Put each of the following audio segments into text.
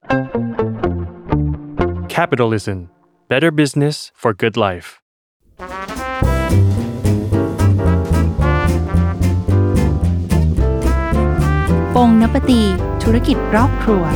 Capitalism. Better business for good life. ปงนปตีธุรกิจรอบครัว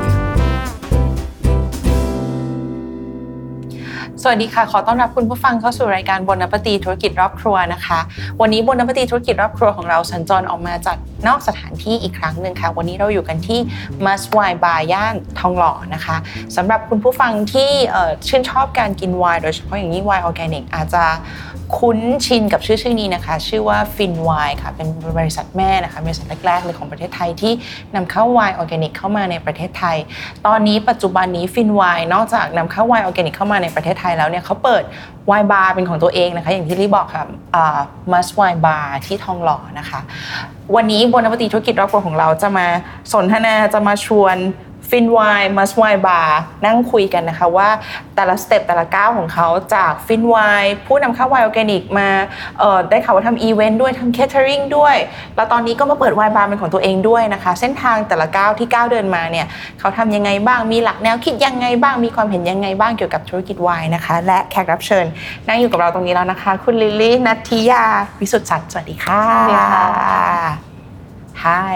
สวัสดีค่ะขอต้อนรับคุณผู้ฟังเข้าสู่รายการบนนปตีธุรกิจรอบครัวนะคะวันนี้บนนปตีธุรกิจรอบครัวของเราสัญจรออกมาจากนอกสถานที่อีกครั้งนึงค่ะวันนี้เราอยู่กันที่ Must Wine Bar ย่านทองหล่อนะคะสำหรับคุณผู้ฟังที่ชื่นชอบการกินไวน์โดยเฉพาะอย่างยิ่งไวน์ออร์แกนิกอาจจะคุ้นชินกับชื่อนี้นะคะชื่อว่าฟินไวน์ค่ะเป็นบริษัทแม่นะคะบริษัทแรกๆเลยของประเทศไทยที่นำเข้าไวน์ออร์แกนิกเข้ามาในประเทศไทยตอนนี้ปัจจุบันนี้ฟินไวน์นอกจากนำเข้าไวน์ออร์แกนิกเข้ามาในประเทศไทยแล้วเนี่ยเขาเปิดไวน์บาร์เป็นของตัวเองนะคะอย่างที่ลี่บอกค่ะMust Wine Bar ที่ทองหล่อนะคะวันนี้บนนปตีธุรกิจรอบครัวของเราจะมาสนทนาจะมาชวนฟินไวน์ Must Wine Bar นั่งคุยกันนะคะว่าแต่ละสเต็ปแต่ละก้าวของเขาจากฟินไวน์ผู้นำเข้าไวน์ออร์แกนิกมาได้ข่าวว่าทำอีเวนต์ด้วยทำแคเทอริงด้วยแล้วตอนนี้ก็มาเปิดไวน์บาร์เป็นของตัวเองด้วยนะคะเส้นทางแต่ละก้าวที่ก้าวเดินมาเนี่ยเขาทำยังไงบ้างมีหลักแนวคิดยังไงบ้างมีความเห็นยังไงบ้างเกี่ยวกับธุรกิจไวน์นะคะและแขกรับเชิญนั่งอยู่กับเราตรงนี้แล้วนะคะคุณลิลลี่ณัฐิยาวิสุทธิ์สัตย์สวัสดีค่ะสวัสดีค่ะ Hi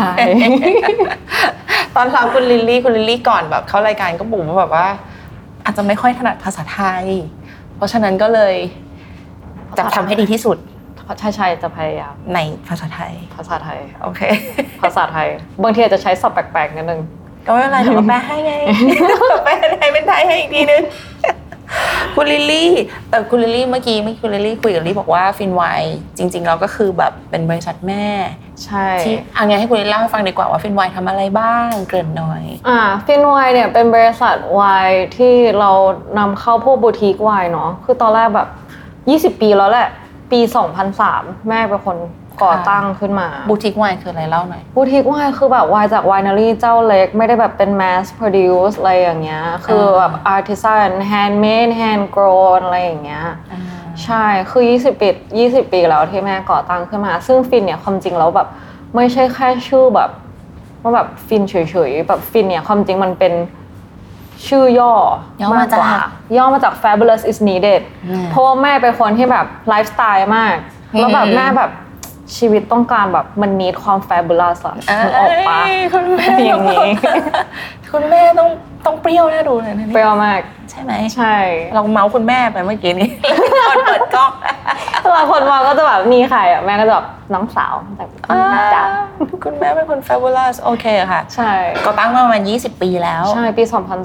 ตอนฟังคุณลิลลี่ก่อนแบบเข้ารายการก็บอกว่าแบบว่าอาจจะไม่ค่อยถนัดภาษาไทยเพราะฉะนั้นก็เลยจะทำให้ดีที่สุดใช่จะพยายามในภาษาไทยโอเคภาษาไทยบางทีอาจจะใช้ศัพท์แปลกๆนิดนึงก็ไม่เป็นไรเดี๋ยวแปลให้ไงแปลไทยเป็นไทยให้อีกทีนึงคุณลิลลี่แต่คุณลิลลี่เมื่อกี้คุณลิลลี่คุยกับลี่บอกว่าฟินไวน์จริงๆเราก็คือแบบเป็นบริษัทแม่ใช่ที่งั้นให้คุณลิลลี่เล่าให้ฟังดีกว่าว่าฟินไวน์ทำอะไรบ้างเกริ่นหน่อยฟินไวน์เนี่ยเป็นบริษัทไวน์ที่เรานำเข้าพวกบูติกไวน์เนาะคือตอนแรกแบบ20 ปีแล้วแหละปี2003แม่เป็นคนก่อตั้งขึ้นมาบูติกไวน์คืออะไรเล่าหน่อยบูติกไวน์คือแบบไวน์จากไวนารี่เจ้าเล็กไม่ได้แบบเป็น mass produce อะไรอย่างเงี้ยคือแบบ artisan handmade hand grown อะไรอย่างเงี้ยใช่คือ20 ปีแล้วที่แม่ก่อตั้งขึ้นมาซึ่งฟินเนี่ยความจริงแล้วแบบไม่ใช่แค่ชื่อแบบว่าแบบฟินเฉยๆแบบฟินเนี่ยความจริงมันเป็นชื่อย่อมากกว่าย่อมาจาก fabulous is needed เพราะว่าแม่เป็นคนที่แบบไลฟ์สไตล์มากแล้วแบบแม่แบบชีวิตต้องการแบบมันneedความ fabulous อ่ะมันออกปะอย่างนี้คุณแม่ต้องเปรี้ยวน่าดูเลยนะเปรี้ยวมากใช่ไหมใช่เราเมาคุณแม่ไปเมื่อกี้นี้ตอนเปิดกล้องเวลาคนมาก็จะแบบมีใครอ่ะแม่ก็จะแบบน้องสาวแบบจ้ะคุณแม่เป็นคน fabulous โอเคค่ะใช่ก็ตั้งมาประมาณ20 ปีแล้วใช่ปี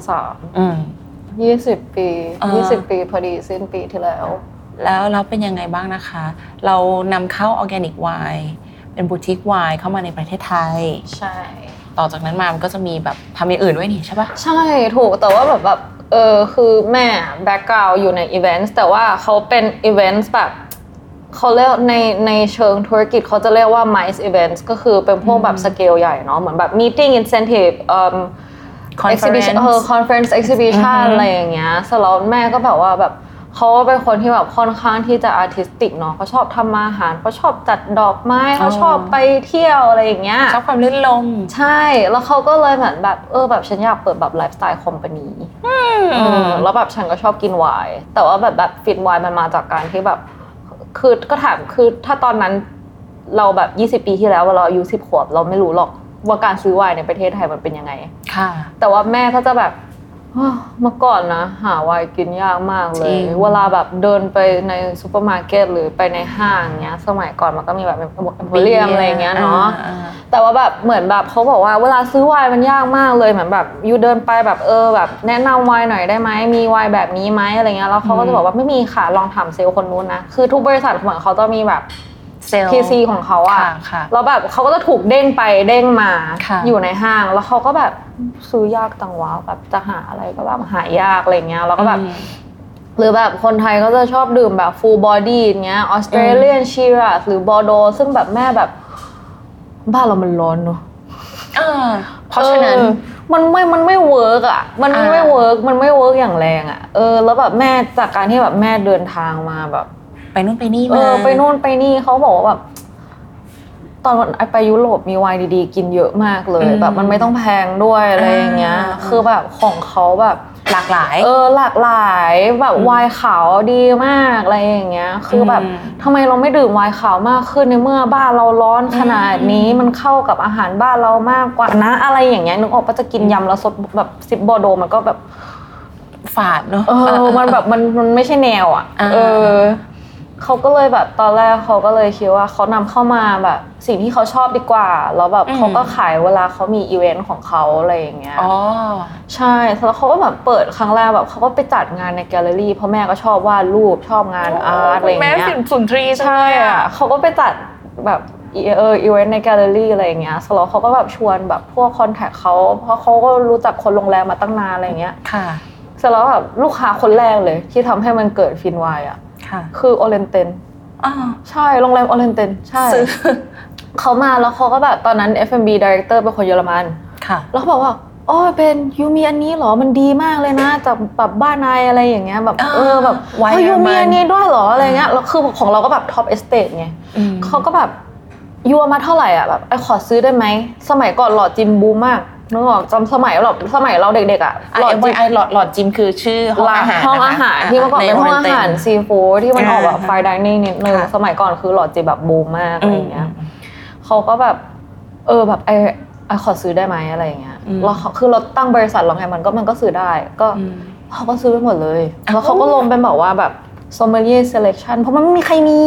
2003 20 ปีพอดีสิ้นปีที่แล้วแล้วเป็นยังไงบ้างนะคะเรานำเข้าออร์แกนิกไวน์เป็นบูติกไวน์เข้ามาในประเทศไทยใช่ต่อจากนั้นมามันก็จะมีแบบทำอย่างอื่นด้วยนี่ใช่ปะใช่ถูกแต่ว่าแบบคือแม่แบ็คกราวด์อยู่ในอีเวนต์แต่ว่าเขาเป็นอีเวนต์แบบเขาเรียกในเชิงธุรกิจเขาจะเรียกว่า MICE events ก็คือเป็นพวกแบบสเกลใหญ่เนาะเหมือนแบบ meeting incentive conference exhibition อะไรอย่างเงี้ยสำหรับแม่ก็แบบว่าแบบเขาเป็นคนที่แบบค่อนข้างที่จะอาร์ติสติกเนาะเขาชอบทำอาหารเขาชอบจัดดอกไม้เขาชอบไปเที่ยวอะไรอย่างเงี้ยชอบความลื่นลมใช่แล้วเขาก็เลยเหมือนแบบแบบฉันอยากเปิดแบบไลฟ์สไตล์คอมพานีแล้วแบบฉันก็ชอบกินไวน์แต่ว่าแบบฟินไวน์มันมาจากการที่แบบคือก็ถามคือถ้าตอนนั้นเราแบบ20 ปีที่แล้วเราอายุ10 ขวบเราไม่รู้หรอกว่าการซื้อไวน์ในประเทศไทยมันเป็นยังไงค่ะแต่ว่าแม่ก็จะแบบเมื่อก่อนนะหาไวน์กินยากมากเลยเวลาแบบเดินไปในซูเปอร์มาร์เก็ตหรือไปในห้างเงี้ยสมัยก่อนมันก็มีแบบเป็นเรียมอะไรเงี้ยเนาะแต่ว่าแบบเหมือนแบบเขาบอกว่าเวลาซื้อไวน์มันยากมากเลยเหมือนแบบอยู่เดินไปแบบแบบแนะนำไวน์หน่อยได้ไหมมีไวน์แบบนี้ไหมอะไรเงี้ยแล้วเขาก็จะบอกว่าไม่มีค่ะลองถามเซลล์คนนู้นนะคือทุกบริษัทเหมือนเขาจะมีแบบPC ของเขาอะแล้วแบบเขาก็จะถูกเด้งไปเด้งมาอยู่ในห้างแล้วเขาก็แบบซื้อยากจังวะแบบจะหาอะไรก็แบบหายากอะไรเงี้ยแล้วก็แบบหรือแบบคนไทยก็จะชอบดื่มแบบ full body อย่างเงี้ย Australian Shiraz หรือ Bordeaux ซึ่งแบบแม่แบบบ้านเรามันร้อนเนอะเพราะฉะนั้นมันไม่เวิร์กอ่ะมันไม่เวิร์กอย่างแรงอ่ะแล้วแบบแม่จากการที่แบบแม่เดินทางมาแบบไปนู่นไปนี่มาไปนู่นไปนี่เขาบอกว่าแบบตอนไปยุโรปมีไวน์ดีๆกินเยอะมากเลยแบบมันไม่ต้องแพงด้วยอะไรอย่างเงี้ยคือแบบของเขาแบบหลากหลายหลากหลายแบบไวน์ขาวดีมากอะไรอย่างเงี้ยคือแบบทำไมเราไม่ดื่มไวน์ขาวมากขึ้นในเมื่อบ้านเราร้อนขนาดนี้มันเข้ากับอาหารบ้านเรามากกว่านะอะไรอย่างเงี้ยนึกออกปะจะกินยำแล้วสดแบบซิปบอร์โดมันก็แบบฝาดเนาะมันแบบมันไม่ใช่แนวอ่ะเขาก็เลยแบบตอนแรกเขาก็เลยคิดว่าเขานำเข้ามาแบบสิ่งที่เขาชอบดีกว่าแล้วแบบเขาก็ขายเวลาเขามีอีเวนต์ของเขาอะไรอย่างเงี้ยใช่แล้วเขาก็แบบเปิดครั้งแรกแบบเขาก็ไปจัดงานในแกลเลอรี่เพราะแม่ก็ชอบวาดรูปชอบงานอาร์ตอะไรอย่างเงี้ยแม่สุนทรีใช่อ่ะเขาก็ไปจัดแบบอีเวนต์ในแกลเลอรี่อะไรอย่างเงี้ยแล้วเขาก็แบบชวนแบบพวกคอนแทคเขาเพราะเขาก็รู้จักคนโรงแรมมาตั้งนานอะไรเงี้ยค่ะเสร็จแล้วแบบลูกค้าคนแรกเลยที่ทำให้มันเกิดฟินไวน์อ่ะคือโอเรนเตนใช่โรงแรมโอเรนเตนใช่เขามาแล้วเขาก็แบบตอนนั้น F&B Director เป็นคนเยอรมันแล้วเขาบอกว่าอ๋อเป็นยูมีอันนี้เหรอมันดีมากเลยนะจากแบบบ้านนายอะไรอย่างเงี้ยแบบแบบยูมีอันนี้ด้วยเหรออะไรเงี้ยแล้วคือของเราก็แบบท็อปเอสเตทไงเขาก็แบบยูมาเท่าไหร่อ่ะแบบไอขอซื้อได้ไหมสมัยก่อนหลอดจิมบูมมากนึกออกจำสมัยเราเด็กๆอ่ะหลอดจิมคือชื่อห้องอาหารที่เมื่อก่อนเป็นห้องอาหารซีฟู้ดที่มันออกแบบไฟน์ไดนิ่งนิดนึงสมัยก่อนคือหลอดจิมแบบบูมมากอะไรอย่างเงี้ยเขาก็แบบแบบไอขอซื้อได้ไหมอะไรอย่างเงี้ยแล้วคือเราตั้งบริษัทเราไงมันก็ซื้อได้ก็เขาก็ซื้อไปหมดเลยแล้วเขาก็ลงเป็นแบบว่าแบบ sommelier selection เพราะมันไม่มีใครมี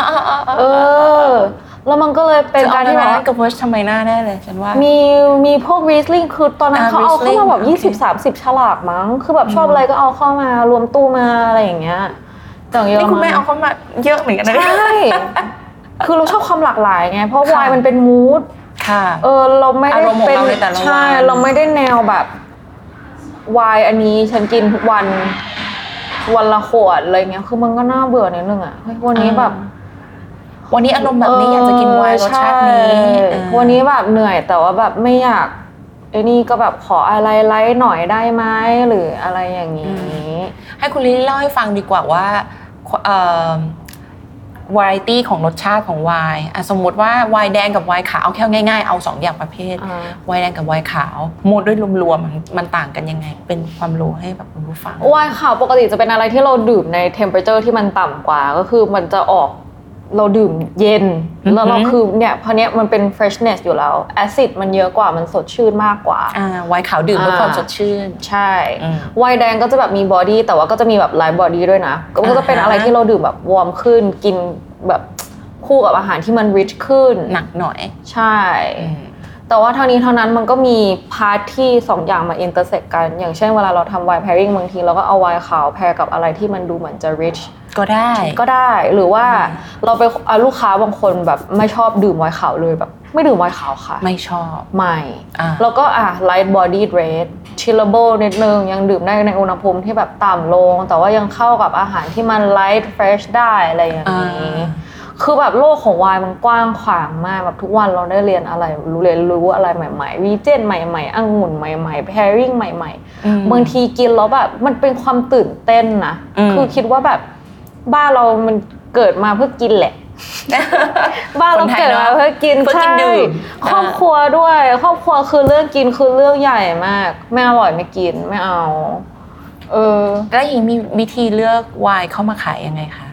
แล้วมันก็เลยเป็นการที่แบบกับเวอร์ชทำไมหน้าแน่เลยฉันว่ามีพวก Riesling คือตอนนั้นเขาเอาเข้ามาแบบ20-30 ฉลากมั้งคือแบบชอบอะไรก็เอาเข้ามารวมตู้มาอะไรอย่างเงี้ยอย่างเยอะนี่คุณแม่เอาเข้ามาเยอะเหมือนกันนะใช่คือเราชอบความหลากหลายไงเพราะไวน์มันเป็นมูดค่ะเราไม่ได้เป็นใช่เราไม่ได้แนวแบบไวน์อันนี้ฉันกินทุกวันละขวดอะไรเงี้ยคือมันก็น่าเบื่อนิดนึงอ่ะวันนี้แบบวันนี้อารมณ์แบบนี้อยากจะกินไวน์รสชาตินี้วันนี้แบบเหนื่อยแต่ว่าแบบไม่อยากไอ้นี่ก็แบบขออะไรไลท์หน่อยได้ไหมหรืออะไรอย่างนี้ให้คุณลิลลี่เล่าให้ฟังดีกว่าว่าวาไรตี้ของรสชาติของไวน์สมมติว่าไวน์แดงกับไวน์ขาวเอาแค่ง่ายๆเอา2อย่างประเภทไวน์แดงกับไวน์ขาวโมดด้วยรวมๆมันต่างกันยังไงเป็นความรู้ให้แบบคุณผู้ฟังไวน์ขาวปกติจะเป็นอะไรที่เราดื่มในเทมเปอเรเจอร์ที่มันต่ำกว่าก็คือมันจะออกเราดื่มเย็นแล้วเราคือเนี่ยเพราะเนี้ยมันเป็น freshness อยู่แล้วแอซิดมันเยอะกว่ามันสดชื่นมากกว่าไวน์ขาวดื่มด้วยความสดชื่นใช่ไวน์แดงก็จะแบบมีบอดี้แต่ว่าก็จะมีแบบไลท์บอดี้ด้วยนะก็จะเป็นอะไรที่เราดื่มแบบวอร์มขึ้นกินแบบคู่กับอาหารที่มัน rich ขึ้นหนักหน่อยใช่แต่ว่าทั้งนี้เท่านั้นมันก็มีพาร์ทที่2อย่างมา intersect กันอย่างเช่นเวลาเราทำ wine pairing บางทีเราก็เอาไวน์ขาวแพร์กับอะไรที่มันดูเหมือนจะ rich ก็ได้หรือว่าเราไปลูกค้าบางคนแบบไม่ชอบดื่มไวน์ขาวเลยแบบไม่ดื่มไวน์ขาวค่ะไม่ชอบไม่แล้วก็light body red chillable นิดนึงยังดื่มได้ในอุณหภูมิที่แบบต่ำลงแต่ว่ายังเข้ากับอาหารที่มัน light fresh ได้อะไรอย่างนี้คือแบบโลกของไวน์มันกว้างขวางมากแบบทุกวันเราได้เรียนอะไรเรียนรู้อะไรใหม่ๆวีเจนใหม่ๆองุ่นใหม่ๆ pairing ใหม่ๆบางทีกินแล้วแบบมันเป็นความตื่นเต้นนะคือคิดว่าแบบบ้านเรามันเกิดมาเพื่อกินแหละบ้านเราเกิดมาเพื่อกินใช่ครอบครัวด้วยครอบครัวคือเรื่องกินคือเรื่องใหญ่มากไม่อร่อยไม่กินไม่เอาแล้วอย่างมีวิธีเลือกไวน์เข้ามาขายยังไงคะ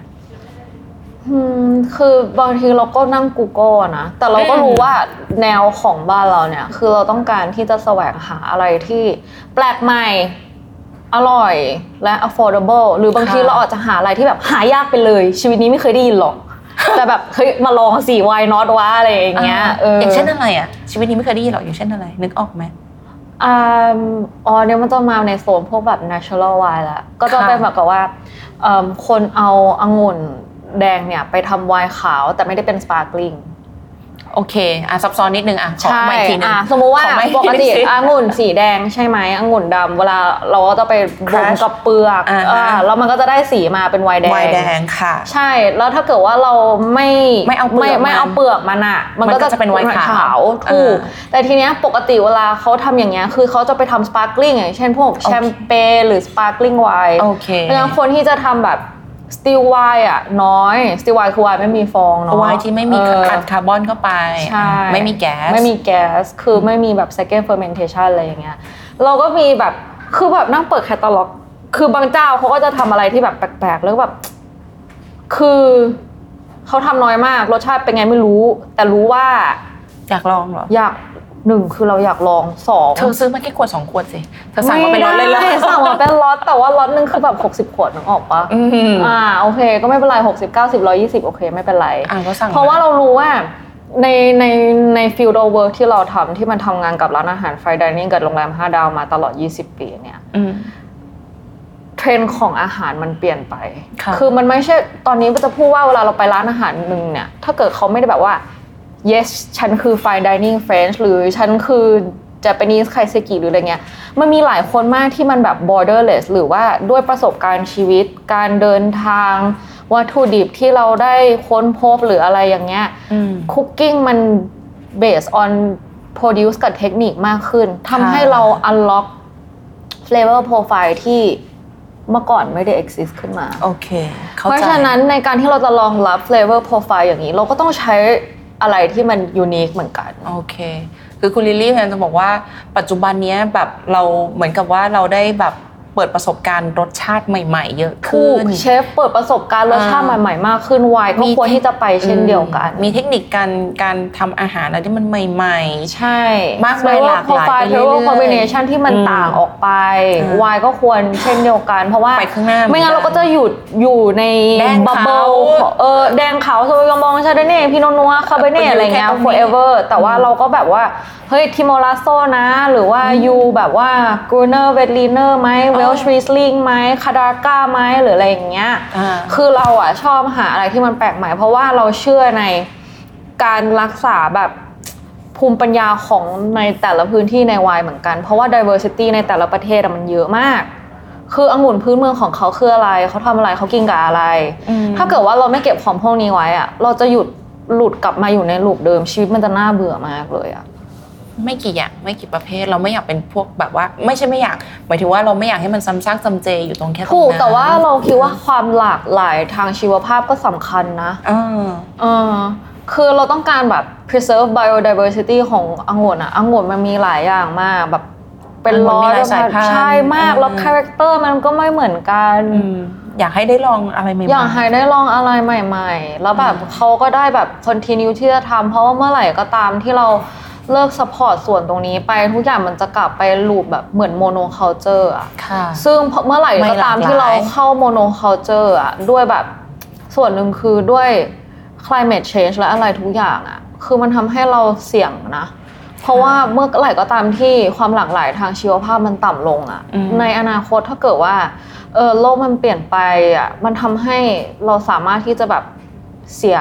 คือบางทีเราก็นั่ง Google นะแต่เราก็รู้ว่าแนวของบ้านเราเนี่ยคือเราต้องการที่จะแสวงหาอะไรที่แปลกใหม่อร่อยและ affordable หรือบางทีเราอาจจะหาอะไรที่แบบหายากไปเลยชีวิตนี้ไม่เคยได้ยินหรอกแต่แบบเฮ้ยมาลองสิwhy not วะอะไรอย่างเงี้ยอย่างเช่นอะไรอ่ะชีวิตนี้ไม่เคยได้ยินหรอกอย่างเช่นอะไรนึกออกไหมเนี่ยมันจะมาในโซนพวกแบบ natural wine ละก็จะเป็นแบบกับว่าคนเอาองุ่นแดงเนี่ยไปทำไวน์ขาวแต่ไม่ได้เป็น sparkling โอเคซับซ้อนนิดนึงขอใหม่ทีนึงสมมุติว่าปกติองุ่นสีแดงใช่ไหมองุ่นดำเวลาเราก็จะไปบ่มกับเปลือกแล้วมันก็จะได้สีมาเป็นไวน์แดงค่ะใช่แล้วถ้าเกิดว่าเราไม่เอาเปลือกมันอ่ะมันก็จะเป็นไวน์ขาวถูกแต่ทีเนี้ยปกติเวลาเขาทำอย่างเงี้ยคือเขาจะไปทำ sparkling อย่างเช่นพวกแชมเปญหรือ sparkling wine เพราะฉะนั้นคนที่จะทำแบบ still wine อ่ะน้อย still wine คือ wine ไม่มีฟองเนาะไวน์ที่ไม่มีอัดคาร์บอนเข้าไปใช่ไม่มีแก๊สไม่มีแก๊สคือไม่มีแบบ second fermentation อะไรอย่างเงี้ยเราก็มีแบบคือแบบนั่งเปิดแคตตาล็อกคือบางเจ้าเขาก็จะทำอะไรที่แบบแปลกๆแล้วแบบคือเขาทำน้อยมากรสชาติเป็นไงไม่รู้แต่รู้ว่าอยากลองเหรออยากหนึ่งคือเราอยากลองสองเธอซื้อมาแค่ขวด2 ขวดสิเธอสั่งมาเป็นล็อตเลยไม่เหรอได้สั่งมาเป็นล็อตแต่ว่าล็อตนึงคือแบบ60 ขวดนึกออกปะโอเคก็ไม่เป็นไร60 90 120โอเคไม่เป็นไรก็สั่งเพราะว่าเรารู้ว่าในฟิลด์เวิร์กที่เราทำที่มันทำงานกับร้านอาหารไฟน์ไดนิ่งกับโรงแรม5 ดาวมาตลอด20 ปีเนี่ยเทรนด์ของอาหารมันเปลี่ยนไปคือมันไม่ใช่ตอนนี้จะพูดว่าเวลาเราไปร้านอาหารนึงเนี่ยถ้าเกิดเขาไม่ได้แบบว่า yes ฉันคือ fine dining French หรือฉันคือ Japanese ไคเซกิหรืออะไรเงี้ยมันมีหลายคนมากที่มันแบบ borderless หรือว่าด้วยประสบการณ์ชีวิตการเดินทางวัตถุดิบที่เราได้ค้นพบหรืออะไรอย่างเงี้ยคุกกิ้งมัน based on produce กับเทคนิคมากขึ้นทำให้เรา unlock flavor profile ที่เมื่อก่อนไม่ได้ exist ขึ้นมาโอเคเพราะฉะนั้นในการที่เราจะรองรับ flavor profile อย่างนี้เราก็ต้องใช้อะไรที่มัน unique เหมือนกันโอเคคือคุณลิลลี่พยายามจะบอกว่าปัจจุบันนี้แบบเราเหมือนกับว่าเราได้แบบเปิดประสบการณ์รสชาติใหม่ๆเยอะขึ้นเชฟเปิดประสบการณ์รสชาติใหม่ๆมากขึ้นไวน์ก็ควรที่จะไปเช่นเดียวกันมีเทคนิคการทำอาหารอะไรที่มันใหม่ๆใช่มากมายหลากหลายไปเรื่อยๆ combination ที่มันต่างออกไปไวน์ก็ควรเช่นเดียวกันเพราะว่าไปข้างหน้าไม่งั้นเราก็จะอยู่ในบับเบิ้ลแดงขาวโซยองบองชาโดเน่พิโนนัวคาเบเน่อะไรเงี้ย forever แต่ว่าเราก็แบบว่าเฮ้ยทิโมลาโซนะหรือว่ายูแบบว่ากูเนอร์เวดลีเนอร์ไหมเวลช์รีสลิงไหมคาดาก้าไหมหรืออะไรอย่างเงี้ยคือเราอ่ะชอบหาอะไรที่มันแปลกใหม่เพราะว่าเราเชื่อในการรักษาแบบภูมิปัญญาของในแต่ละพื้นที่ในไวน์เหมือนกันเพราะว่า diversity ในแต่ละประเทศมันเยอะมากคือองุ่นพื้นเมืองของเขาคืออะไรเขาทำอะไรเขากินกับอะไรถ้าเกิดว่าเราไม่เก็บของพวกนี้ไว้อ่ะเราจะหลุดกลับมาอยู่ในลูปเดิมชีวิตมันจะน่าเบื่อมากเลยอ่ะไม่กี่อย่างไม่กี่ประเภทเราไม่อยากเป็นพวกแบบว่าไม่ใช่ไม่อยากหมายถึงว่าเราไม่อยากให้มันซ้ำซากจำเจอยู่ตรงแค่ตรงนั้นถูกแต่ว่าเราคิดว่าความหลากหลายทางชีวภาพก็สำคัญนะคือเราต้องการแบบ preserve biodiversity ขององุ่นอ่ะองุ่นมันมีหลายอย่างมากแบบเป็นร้อยใช่มากแล้ว character มันก็ไม่เหมือนกันอยากให้ได้ลองอะไรใหม่ๆอยากให้ได้ลองอะไรใหม่ๆแล้วแบบเขาก็ได้แบบ continue ที่จะทำเพราะว่าเมื่อไหร่ก็ตามที่เราเลิกซัพพอร์ตส่วนตรงนี้ไปทุกอย่างมันจะกลับไปลูปแบบเหมือนโมโนคัลเจอร์อ่ะซึ่งเมื่อไหร่ก็ตามที่เราเข้าโมโนคัลเจอร์อ่ะด้วยแบบส่วนหนึ่งคือด้วย climate change และอะไรทุกอย่างอ่ะคือมันทำให้เราเสี่ยงนะเพราะว่าเมื่อไหร่ก็ตามที่ความหลากหลายทางชีวภาพมันต่ำลงอ่ะในอนาคตถ้าเกิดว่าโลกมันเปลี่ยนไปอ่ะมันทำให้เราสามารถที่จะแบบเสีย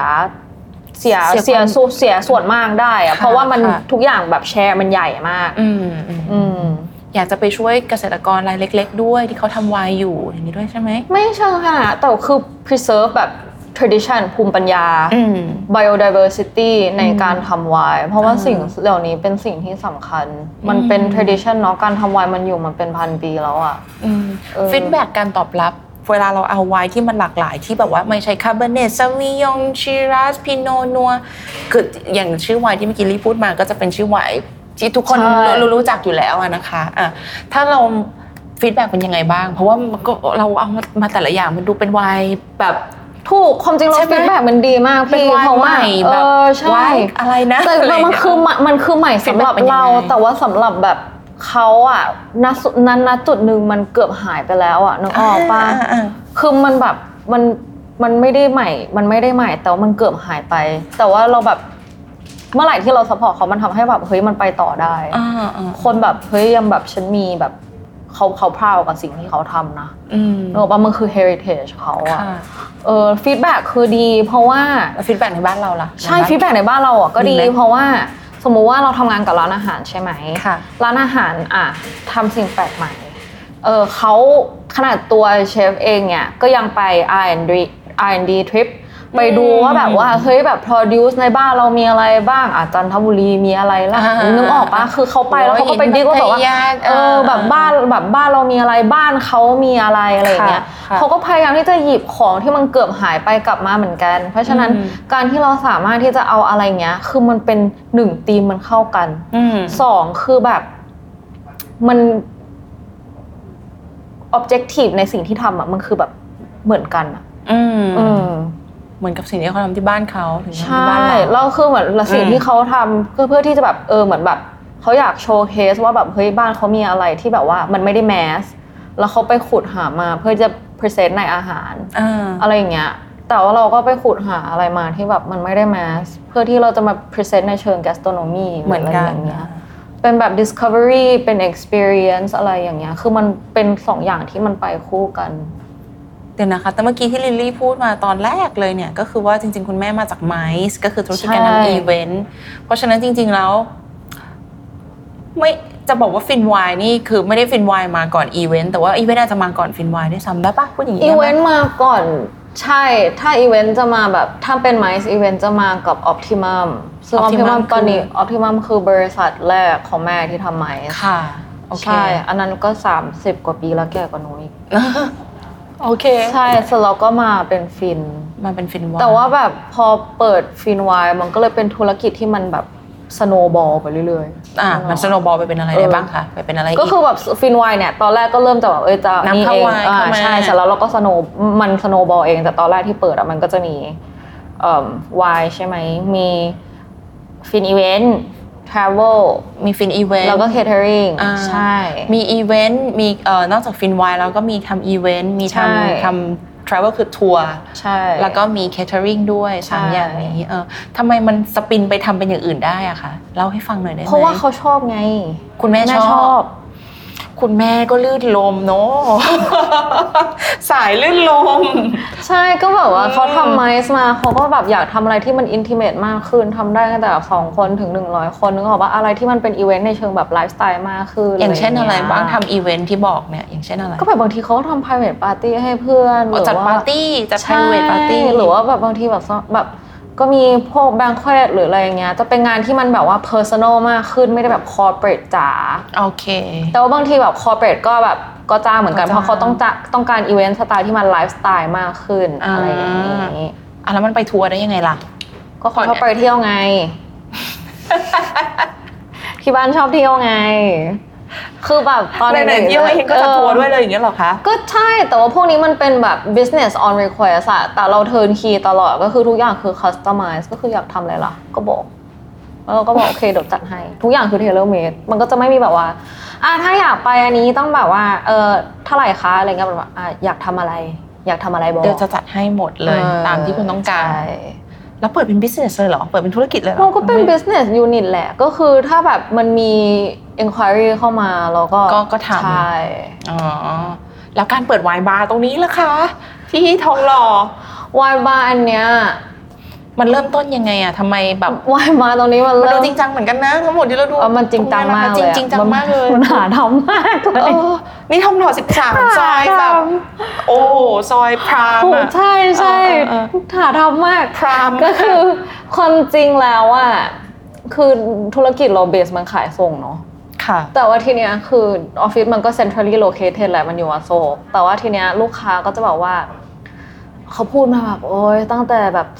ส่วนมากได้อะเพราะว่ามันทุกอย่างแบบแชร์มันใหญ่มากอยากจะไปช่วยเกษตรกรรายเล็กๆด้วยที่เขาทำไวน์อยู่อย่างนี้ด้วยใช่ไหมไม่เชิงค่ะแต่คือ preserve แบบ tradition ภูมิปัญญา biodiversity ในการทำไวน์เพราะว่าสิ่งเหล่านี้เป็นสิ่งที่สำคัญมันเป็น tradition เนาะการทำไวน์มันอยู่มันเป็นพันปีแล้วอะ feedback การตอบรับเวลาเราเอาไวน์ที่มันหลากหลายที่แบบว่าไม่ใช่คาเบเนตซาวิยองชิรัสพิโนนัวคืออย่างชื่อไวน์ที่เมื่อกี้ลี่พูดมาก็จะเป็นชื่อไวน์ที่ทุกคนรู้จักอยู่แล้วนะคะถ้าเราฟีดแบ็กเป็นยังไงบ้างเพราะว่าเราเอามาแต่ละอย่างมันดูเป็นไวน์แบบถูกความจริงเราฟีดแบ็กมันดีมากพี่เพราะว่าใช่อะไรนะแต่มันคือใหม่สำหรับเราแต่ว่าสำหรับแบบเขาอ่ะณจุดนึงมันเกือบหายไปแล้วอ่ะนึกออกป่ะคือมันแบบมันไม่ได้ใหม่แต่ว่ามันเกือบหายไปแต่ว่าเราแบบเมื่อไหร่ที่เราซัพพอร์ตเขามันทำให้แบบเฮ้ยมันไปต่อได้คนแบบเฮ้ยยังแบบฉันมีแบบเขาพราวกับสิ่งที่เขาทำนะนึกออกป่ะมันคือ heritage เขาอ่ะฟีดแบ็กคือดีเพราะว่าฟีดแบ็กในบ้านเราล่ะใช่ฟีดแบ็กในบ้านเราอ่ะก็ดีเพราะว่าสมมุติว่าเราทำงานกับร้านอาหารใช่ไหมร้านอาหารทำสิ่งแปลกใหม่เขาขนาดตัวเชฟเองเนี่ยก็ยังไป R&D trip ไปดูว่าแบบว่าเฮ้ยแบบ produce ในบ้านเรามีอะไรบ้างจันทบุรีมีอะไรล่ะนึกออกปะคือเขาไปแล้วเขาก็ไปดิ๊กว่าแบบว่าแบบแบบบ้านเรามีอะไรบ้านเขามีอะไรอะไรอย่างเงี้ยเขาก็พยายามที่จะหยิบของที่มันเกือบหายไปกลับมาเหมือนกันเพราะฉะนั้นการที่เราสามารถที่จะเอาอะไรเงี้ยคือมันเป็น1ธีมมันเข้ากัน2คือแบบมัน objective ในสิ่งที่ทำอ่ะมันคือแบบเหมือนกันอ่ะเหมือนกับสิ่งที่เขาทำที่บ้านเขาถึงทำใช่ที่บ้านเราคือเหมือนสิ่งที่เขาทำเพื่อที่จะแบบเหมือนแบบเขาอยากโชว์เคสว่าแบบเฮ้ยบ้านเขามีอะไรที่แบบว่ามันไม่ได้แมสแล้วเขาไปขุดหามาเพื่อจะพรีเซนต์ในอาหารอะไรอย่างเงี้ยแต่ว่าเราก็ไปขุดหาอะไรมาที่แบบมันไม่ได้แมสเพื่อที่เราจะมาพรีเซนต์ในเชิง gastronomy เหมือนกันอย่างเงี้ยเป็นแบบ discovery เป็น experience อะไรอย่างเงี้ยคือมันเป็น2อย่างที่มันไปคู่กันเดี๋ยวนะคะแต่เมื่อกี้ที่ลิลลี่พูดมาตอนแรกเลยเนี่ยก็คือว่าจริงๆคุณแม่มาจากไมซ์ก็คือธุรกิจการทำอีเวนต์เพราะฉะนั้นจริงๆแล้วไม่จะบอกว่าฟินไวน์นี่คือไม่ได้ฟินไวน์มาก่อนอีเวนต์แต่ว่าอีเวนต์อาจจะมาก่อนฟินไวน์ด้วยซ้ำได้ปะพูดอย่างนี้อีเวนต์มาก่อนใช่ถ้าอีเวนต์จะมาแบบถ้าเป็นไมซ์อีเวนต์จะมากับ Optimum ซึ่ง Optimum ตอนนี้ Optimum คือบริษัทแรกของแม่ที่ทำไมซ์ค่ะโอเคใช่อันนั้นก็30กว่าปีแล้วแก่กว่าหนูอีกโอเคใช่เสร็จแล้วก็มาเป็นฟินมาเป็นฟินไวน์แต่ว่าแบบพอเปิดฟินไวน์มันก็เลยเป็นธุรกิจที่มันแบบสโนว์บอลไปเรื่อยๆมันสโนว์บอลไปเป็นอะไรได้บ้างคะไปเป็นอะไรก็คือแบบฟินไวน์เนี่ยตอนแรกก็เริ่มจากแบบจะนี่เองใช่เสร็จแล้วเราก็สโนว์บอลเองแต่ตอนแรกที่เปิดอ่ะมันก็จะมีไวน์ใช่ไหมมีฟินอีเวนต์travel มีฟินอีเวนต์แล้วก็ catering ใช่มีอีเวนต์มีนอกจากฟินไวน์แล้วก็มีทำอีเวนต์มีทำ travel คือทัวร์ใช่แล้วก็มี catering ด้วย3อย่างนี้ทำไมมันสปินไปทำเป็นอย่างอื่นได้อะคะเล่าให้ฟังหน่อยได้ไหมเพราะว่าเขาชอบไงคุณแม่ชอบคุณแม่ก็ลื่นลมเนาะสายลื่นลมใช่ก็แบบว่าเขาทำไมซ์มาเขาก็แบบอยากทำอะไรที่มันอินทิเมตมากขึ้นทำได้ตั้งแต่2คนถึง100คนนึกออกว่าอะไรที่มันเป็นอีเวนต์ในเชิงแบบไลฟ์สไตล์มากขึ้นอย่างเช่นอะไรบ้างทำอีเวนต์ที่บอกเนี่ยอย่างเช่นอะไรก็แบบบางทีเขาทำ private party ให้เพื่อนหรือว่าจัดปาร์ตี้จัด private party หรือว่าแบบบางทีแบบก็มีพวกแบงค์เควตหรืออะไรอย่างเงี้ยจะเป็นงานที่มันแบบว่า personal มากขึ้นไม่ได้แบบ corporate จ๋าโอเคแต่ว่าบางทีแบบ corporate ก็แบบก็จ้างเหมือนกันเพราะเขาต้องการอีเวนต์สไตล์ที่มันไลฟ์สไตล์มากขึ้นอะไรอย่างนี้แล้วมันไปทัวร์ได้ยังไงล่ะก็เขาชอบไปเที่ยวไง ที่บ้านชอบเที่ยวไงคือแบบตอนเด็กๆเที่ยวเองก็จะทัวร์ด้วยเลยอย่างเงี้ยหรอคะก็ใช่แต่ว่าพวกนี้มันเป็นแบบ business on request อะแต่เรา turn key ตลอดก็คือทุกอย่างคือ customize ก็คืออยากทำอะไรล่ะก็บอกแล้วเราก็บอกโอเคเดี๋ยวจัดให้ทุกอย่างคือ tailor made มันก็จะไม่มีแบบว่าถ้าอยากไปอันนี้ต้องแบบว่าเท่าไหร่คะอะไรเงี้ยแบบอยากทำอะไรบอกเดี๋ยวจะจัดให้หมดเลยตามที่คุณต้องการแล้วเปิดเป็น business เลยเหรอเปิดเป็นธุรกิจเลยเหรอมันก็เป็น business unit แหละก็คือถ้าแบบมันมี inquiry เข้ามาเราก็ทำใช่แล้วการเปิดไวน์บาร์ตรงนี้ล่ะคะที่ทองหล่อไวน์บาร์อันเนี้ยมันเริ่มต้นยังไงอะทำไมแบบไวน์บาร์ตรงนี้มันดูจริงจังเหมือนกันนะทั้งหมดที่เราดูมันจริงจังมากเลยจริงจังมากเลยมันหาทำมากเลยนี่ทองหล่อ13ซอยแบบโอ้ซอยพรามอะใช่หาทำมากพรามก็คือคนจริงแล้วอะคือธุรกิจเราเบสมันขายส่งเนาะแต่ว่าทีเนี้ยคือออฟฟิศมันก็ centrally located แหละมันอยู่อโศกแต่ว่าทีเนี้ยลูกค้าก็จะบอกว่าเขาพูดมาแบบโอ๊ยตั้งแต่แบบ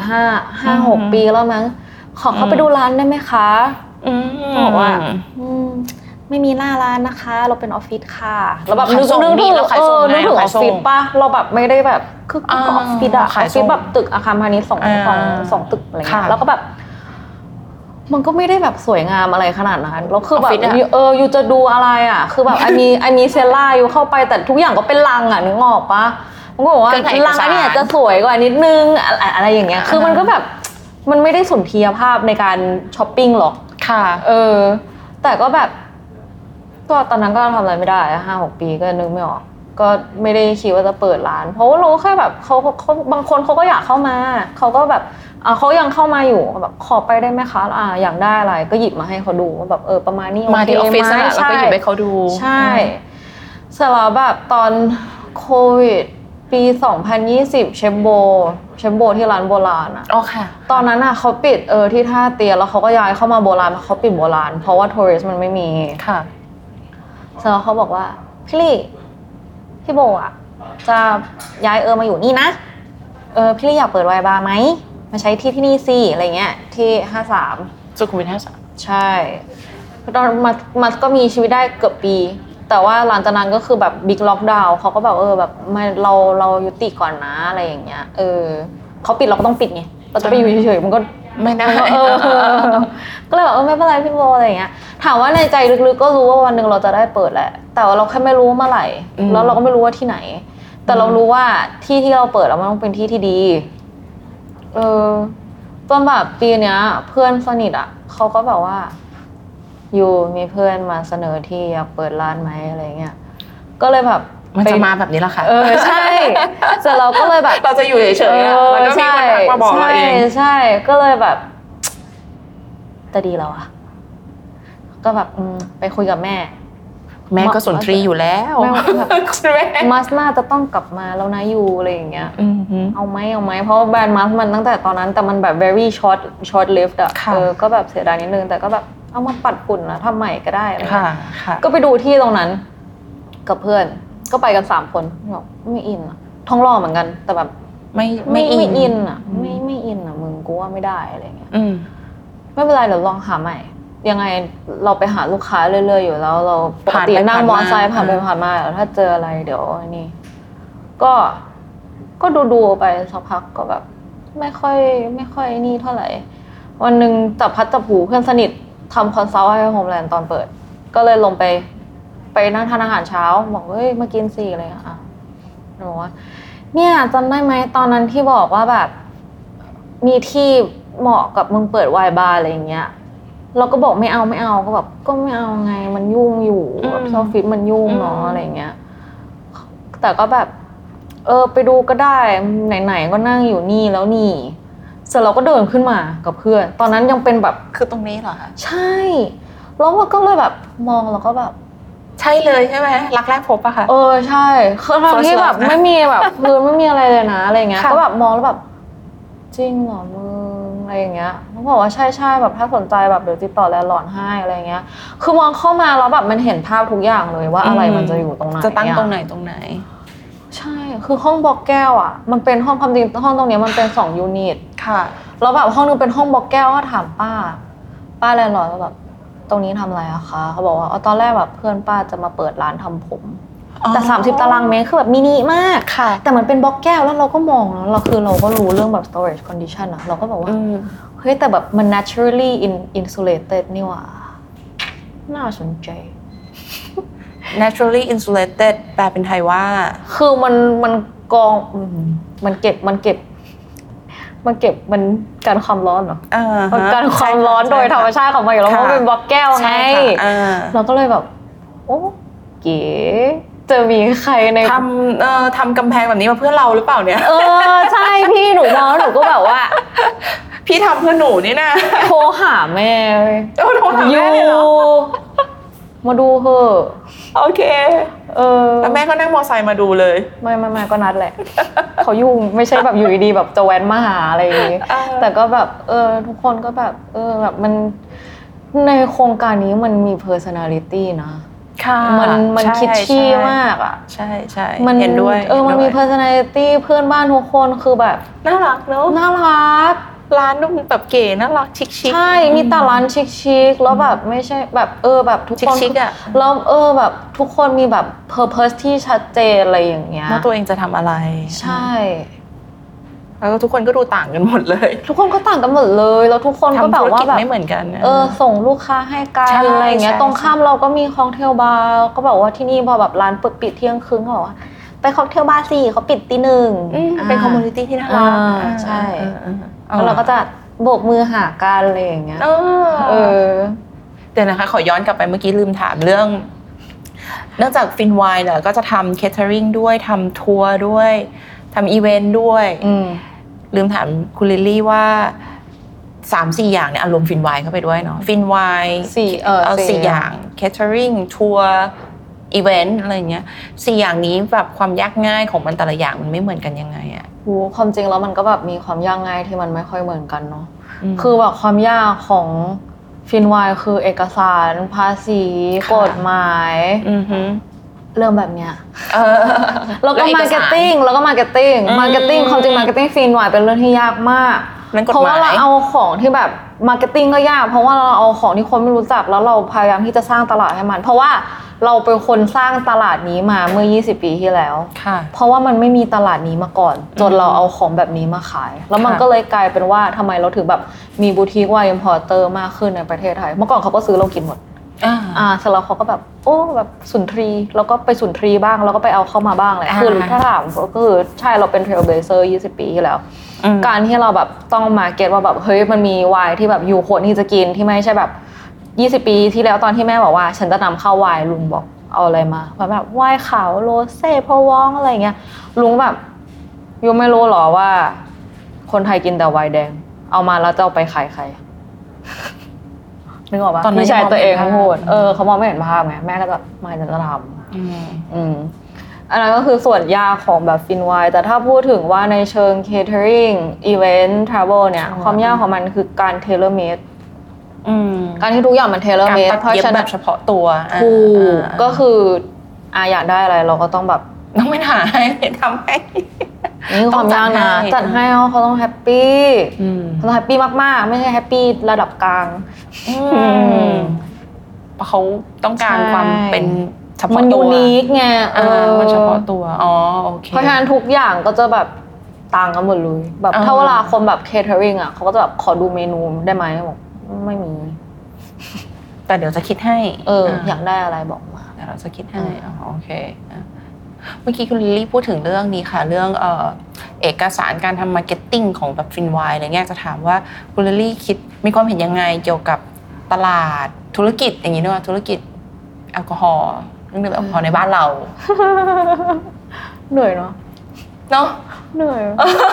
4-5-6 ปีแล้วมั้งขอเข้าไปดูร้านได้ไหมคะบอกว่าไม่มีหน้าร้านนะคะเราเป็นออฟฟิศค่ะเราแบบนึกถึงออฟฟิศป่ะเราแบบไม่ได้แบบคือออฟฟิศอะออฟฟิศแบบตึกอาคารพาณิชย์2ตึกอะไรเงี้ยแล้วก็แบบมันก็ไม่ได้แบบสวยงามอะไรขนาดนั้นแล้วคือแบบอยู่จะดูอะไรอะคือแบบไอมีเซลล่าอยู่เข้าไปแต่ทุกอย่างก็เป็นลังอะนึกออกปะมันก็บอกว่าร้านเนี่ยจะสวยกว่านิดนึงอะไรอย่างเงี้ยคือมันก็แบบมันไม่ได้สุนทรียภาพในการช้อปปิ้งหรอกค่ะแต่ก็แบบก็ตอนนั้นก็ทำอะไรไม่ได้ 5-6 ปีก็นึกไม่ออกก็ไม่ได้คิดว่าจะเปิดร้านเพราะว่าเราแค่แบบเขาบางคนเขาก็อยากเข้ามาเขาก็แบบเขายังเข้ามาอยู่แบบขอไปได้ไหมคะอยากได้อะไรก็หยิบมาให้เขาดูว่าแบบประมาณนี้มาที่ออฟฟิศแล้วก็หยิบให้เขาดูใช่เสร็จแล้วแบบตอนโควิดปี2020เชฟโบที่ร้านโบราณอ่ะตอนนั้นอ่ะเขาปิดที่ท่าเตียนแล้วเขาก็ย้ายเข้ามาโบราณเขาปิดโบราณเพราะว่าทัวริสต์มันไม่มีค่ะแล้วเขาบอกว่าพี่ลี่พี่โบอ่ะจะย้ายมาอยู่นี่นะพี่ลี่อยากเปิดไวน์บาร์ไหมมาใช้ที่นี่สิอะไรเงี้ยที่53 สุขุมวิท53 ใช่ตอนมาก็มีชีวิตได้เกือบปีแต่ว่าหลังจากนั้นก็คือแบบบิ๊กล็อกดาวน์เขาก็แบบแบบไม่เรายุติก่อนนะอะไรอย่างเงี้ยเขาปิดเราก็ต้องปิดไงเราจะไปอยู่เฉยๆมันก็ไม่ได้ก็เลยแบบไม่เป็นไรพี่โบอะไรอย่างเงี้ยถามว่าในใจลึกๆก็รู้ว่าวันหนึ่งเราจะได้เปิดแหละแต่ว่าเราแค่ไม่รู้เมื่อไหร่แล้วเราก็ไม่รู้ว่าที่ไหนแต่เรารู้ว่าที่เราเปิดแล้วมันต้องเป็นที่ที่ดีจนแบบปีเนี้ยเพื่อนสนิทอ่ะเขาก็แบบว่าอยู่มีเพื่อนมาเสนอที่อยากเปิดร้านไหมอะไรเงี้ยก็เลยแบบมันจะมาแบบนี้แหละค่ะใช่แต่เราก็เลยแบบเราจะอยู่เฉยๆแล้วก็มีคนทักมาบอกเราเองใช่ก็เลยแบบจะดีแล้วอะก็แบบไปคุยกับแม่ก็สุนทรีอยู่แล้วแม่มัสน่าจะต้องกลับมาแล้วนะอยู่อะไรอย่างเงี้ยเอาไหมเพราะแบรนด์มัสมันตั้งแต่ตอนนั้นแต่มันแบบ very short lived อะก็แบบเสียดายนิดนึงแต่ก็แบบเอามาปัดฝุ่นนะทำใหม่ก็ได้อะไรก็ไปดูที่ตรงนั้นกับเพื่อนก็ไปกัน3คนบอกไม่อินอะท้องหล่อเหมือนกันแต่แบบไม่อินอะไม่อินอะมึงกูว่าไม่ได้อะไรเงี้ยไม่เป็นไรเดี๋ยวลองหาใหม่ยังไงเราไปหาลูกค้าเรื่อยๆอยู่แล้วเราปกตินั่งมอเตอร์ไซค์ผ่านไปผ่านมาถ้าเจออะไรเดี๋ยวนี่ก็ดูไปสักพักก็แบบไม่ค่อยนี่เท่าไหร่วันนึงจับพัดจับผูเพื่อนสนิททำคอนซัลท์ให้โฮมแลนด์ตอนเปิดก็เลยลงไปนั่งทานอาหารเช้าบอกเฮ้ยมากินสิอะไรอ่ะบอกว่าเนี่ยจำได้ไหมตอนนั้นที่บอกว่าแบบมีที่เหมาะกับมึงเปิดไวน์บาร์อะไรอย่างเงี้ยเราก็บอกไม่เอาก็แบบก็ไม่เอาไงมันยุ่งอยู่แบบออฟฟิศมันยุ่งเนาะอะไรเงี้ยแต่ก็แบบไปดูก็ได้ไหนๆก็นั่งอยู่นี่แล้วนี่เสร็จเราก็เดินขึ้นมากับเพื่อนตอนนั้นยังเป็นแบบคือตรงนี้เหรอคะใช่แล้วมันก็เลยแบบมองแล้วก็แบบใช่เลยใช่ไหมรักแรกพบอะค่ะใช่คือตอนที่แบบไม่มีแบบพื้นไม่มีอะไรเลยนะอะไรเงี้ยก็แบบมองแล้วแบบจริงเหรอมึงอะไรอย่างเงี้ยเขาบอกว่าใช่แบบถ้าสนใจแบบเดี๋ยวติดต่อแลนด์ลอร์ดให้อะไรเงี้ยคือมองเข้ามาแล้วแบบมันเห็นภาพทุกอย่างเลยว่าอะไรมันจะอยู่ตรงไหนจะตั้งตรงไหนใช่คือห้องบล็อกแก้วอ่ะมันเป็นห้องความจริงห้องตรงนี้มันเป็น2ยูนิตค่ะแล้วแบบห้องนึงเป็นห้องบล็อกแก้วก็ถามป้าแลนด์ลอร์ดแล้วแบบตรงนี้ทำอะไรอะคะเขาบอกว่าตอนแรกแบบเพื่อนป้าจะมาเปิดร้านทำผมแต่30 ตารางเมตรคือแบบมินิมากแต่มันเป็นบล็อกแก้วแล้วเราก็มองแล้วเราก็รู้เรื่องแบบ storage condition อะเราก็บอกว่าเฮ้ยแต่แบบมัน naturally insulated นี่หว่าน่าสนใจ naturally insulated แปลเป็นไทยว่าคือมันกองมันเก็บมันการความร้อนเหรอการความร้อนโดยธรรมชาติของมันอยู่แล้วเพราะเป็นบล็อกแก้วไงเราก็เลยแบบโอ้เก๋จะมีใครในทำกำแพงแบบนี้มาเพื่อเราหรือเปล่าเนี่ยใช่พี่หนูมองหนูก็แบบว่าพี่ทำเพื่อหนูนี่นะโทรหาแม่โทรหาแม่เลยเหรอมาดูเถอะโอเคแล้วแม่ก็นั่งมอไซค์มาดูเลยไม่ก็นัดแหละเขายุ่งไม่ใช่แบบอยู่ดีๆแบบจะแว้นมาหาอะไรอย่างงี้แต่ก็แบบทุกคนก็แบบแบบมันในโครงการนี้มันมี personality นะมันคิดชี้มากอ่ะใช่เห็นด้วยมันมี personality เพื่อนบ้านทุกคนคือแบบน่ารักเนอะน่ารักร้านดูแบบเก๋น่ารักชิคใช่มีแต่ร้านชิคแล้วแบบไม่ใช่แบบแบบทุกคนชิคอ่ะแล้วแบบทุกคนมีแบบ purpose ที่ชัดเจนอะไรอย่างเงี้ยว่าตัวเองจะทำอะไรใช่แล้วทุกคนก็ดูต่างกันหมดเลยทุกคนก็ต่างกันหมดเลยแล้วทุกคนก็แบบว่าแบบไม่เหมือนกันส่งลูกค้าให้กันอะไรอย่างเงี้ยตรงข้ามเราก็มีค็อกเทลบาร์ก็แบบว่าที่นี่พอแบบร้านปิดเที่ยงคืนเขาบอกว่าไปค็อกเทลบาร์สิเขาปิดตี 1 เป็นคอมมูนิตี้ที่น่ารักใช่แล้วเราก็จะโบกมือหากันอะไรอย่างเงี้ยเดี๋ยวนะคะขอย้อนกลับไปเมื่อกี้ลืมถามเรื่องนอกจากฟินไวน์เนี่ยก็จะทำเคเทอริงด้วยทำทัวร์ด้วยทำอีเวนต์ด้วยลืมถามคุณลิลลี่ว่า 3-4 อย่างเนี่ยรวมฟินไวน์เข้าไปด้วยเนาะฟินไวน์4 อย่างเคเทอริงทัวร์อีเวนต์อะไรเงี้ย4 อย่างนี้แบบความยากง่ายของมันแต่ละอย่างมันไม่เหมือนกันยังไงอะความจริงแล้วมันก็แบบมีความยากง่ายที่มันไม่ค่อยเหมือนกันเนาะคือแบบความยากของฟินไวน์คือเอกสารภาษีกฎหมายเรื่องแบบเนี้ยแล้วก็มาร์เก็ตติ้งมาร์เก็ตติ้งความจริงมาร์เก็ตติ้งฟินไวน์เป็นเรื่องที่ยากมากเพราะว่าเราเอาของที่แบบมาร์เก็ตติ้งก็ยากเพราะว่าเราเอาของที่คนไม่รู้จักแล้วเราพยายามที่จะสร้างตลาดให้มันเพราะว่าเราเป็นคนสร้างตลาดนี้มาเมื่อ20ปีที่แล้วเพราะว่ามันไม่มีตลาดนี้มาก่อนจนเราเอาของแบบนี้มาขายแล้วมันก็เลยกลายเป็นว่าทำไมเราถึงแบบมีบูติกไวน์อิมพอร์เตอร์มากขึ้นในประเทศไทยเมื่อก่อนเขาก็ซื้อเรากินหมดเสร็จแล้วเขาก็แบบโอ้แบบสุนทรีแล้วก็ไปสุนทรีบ้างแล้วก็ไปเอาเข้ามาบ้างแหละคือถ้าถามก็คือใช่เราเป็นเทรลเบลเซอร์20ปีที่แล้วการที่เราแบบต้องมาเก็ตว่าแบบเฮ้ยมันมีไวน์ที่แบบอยู่คนที่จะกินที่ไม่ใช่แบบ20ปีที่แล้วตอนที่แม่บอกว่าฉันจะนำเข้าไวน์ลุงบอกเอาอะไรมาแบบไวน์ขาวโรเซ่พะวองอะไรเงี้ยลุงแบบยูไม่รู้หรอว่าคนไทยกินแต่ไวน์แดงเอามาแล้วจะเอาไปขายใครนึกออกปะพี่ชายตัวเองพูดเขามองไม่เห็นภาพไงแม่ก็จะไม่จะทำอันนั้นก็คือส่วนยากของแบบฟินไวน์แต่ถ้าพูดถึงว่าในเชิง catering event travel เนี่ยความยากของมันคือการ tailor made การที่ทุกอย่างมัน tailor made เพราะฉะนั้นแบบเฉพาะตัวถูกก็คืออยากได้อะไรเราก็ต้องแบบต้องไปหาให้ทำให้นี่ความยากนะจัดให้เขาต้องแฮปปี้เขาต้องแฮปปี้มากๆไม่ใช่แฮปปี้ระดับกลางเพราะเขาต้องการความเป็นเฉพาะตัวมันยูนิคไงมันเฉพาะตัวโอเคเพราะฉะนั้นทุกอย่างก็จะแบบต่างกันหมดเลยแบบถ้าเวลาคนแบบ catering อ่ะเขาก็จะแบบขอดูเมนูได้ไหมบอกไม่มีแต่เดี๋ยวจะคิดให้อยากได้อะไรบอกมาเดี๋ยวเราจะคิดให้โอเคเมื่อกี้คุณลิลลี่พูดถึงเรื่องนี้ค่ะเรื่องเอกสารการทำมาร์เก็ตติ้งของแบบฟินไวน์อะไรเงี้ยจะถามว่าคุณลิลลี่คิดมีความเห็นยังไงเกี่ยวกับตลาดธุรกิจอย่างนี้ด้วยธุรกิจแอลกอฮอล์เรื่องดื่มแอลกอฮอล์ในบ้านเราเหนื่อยเนาะเหนื่อย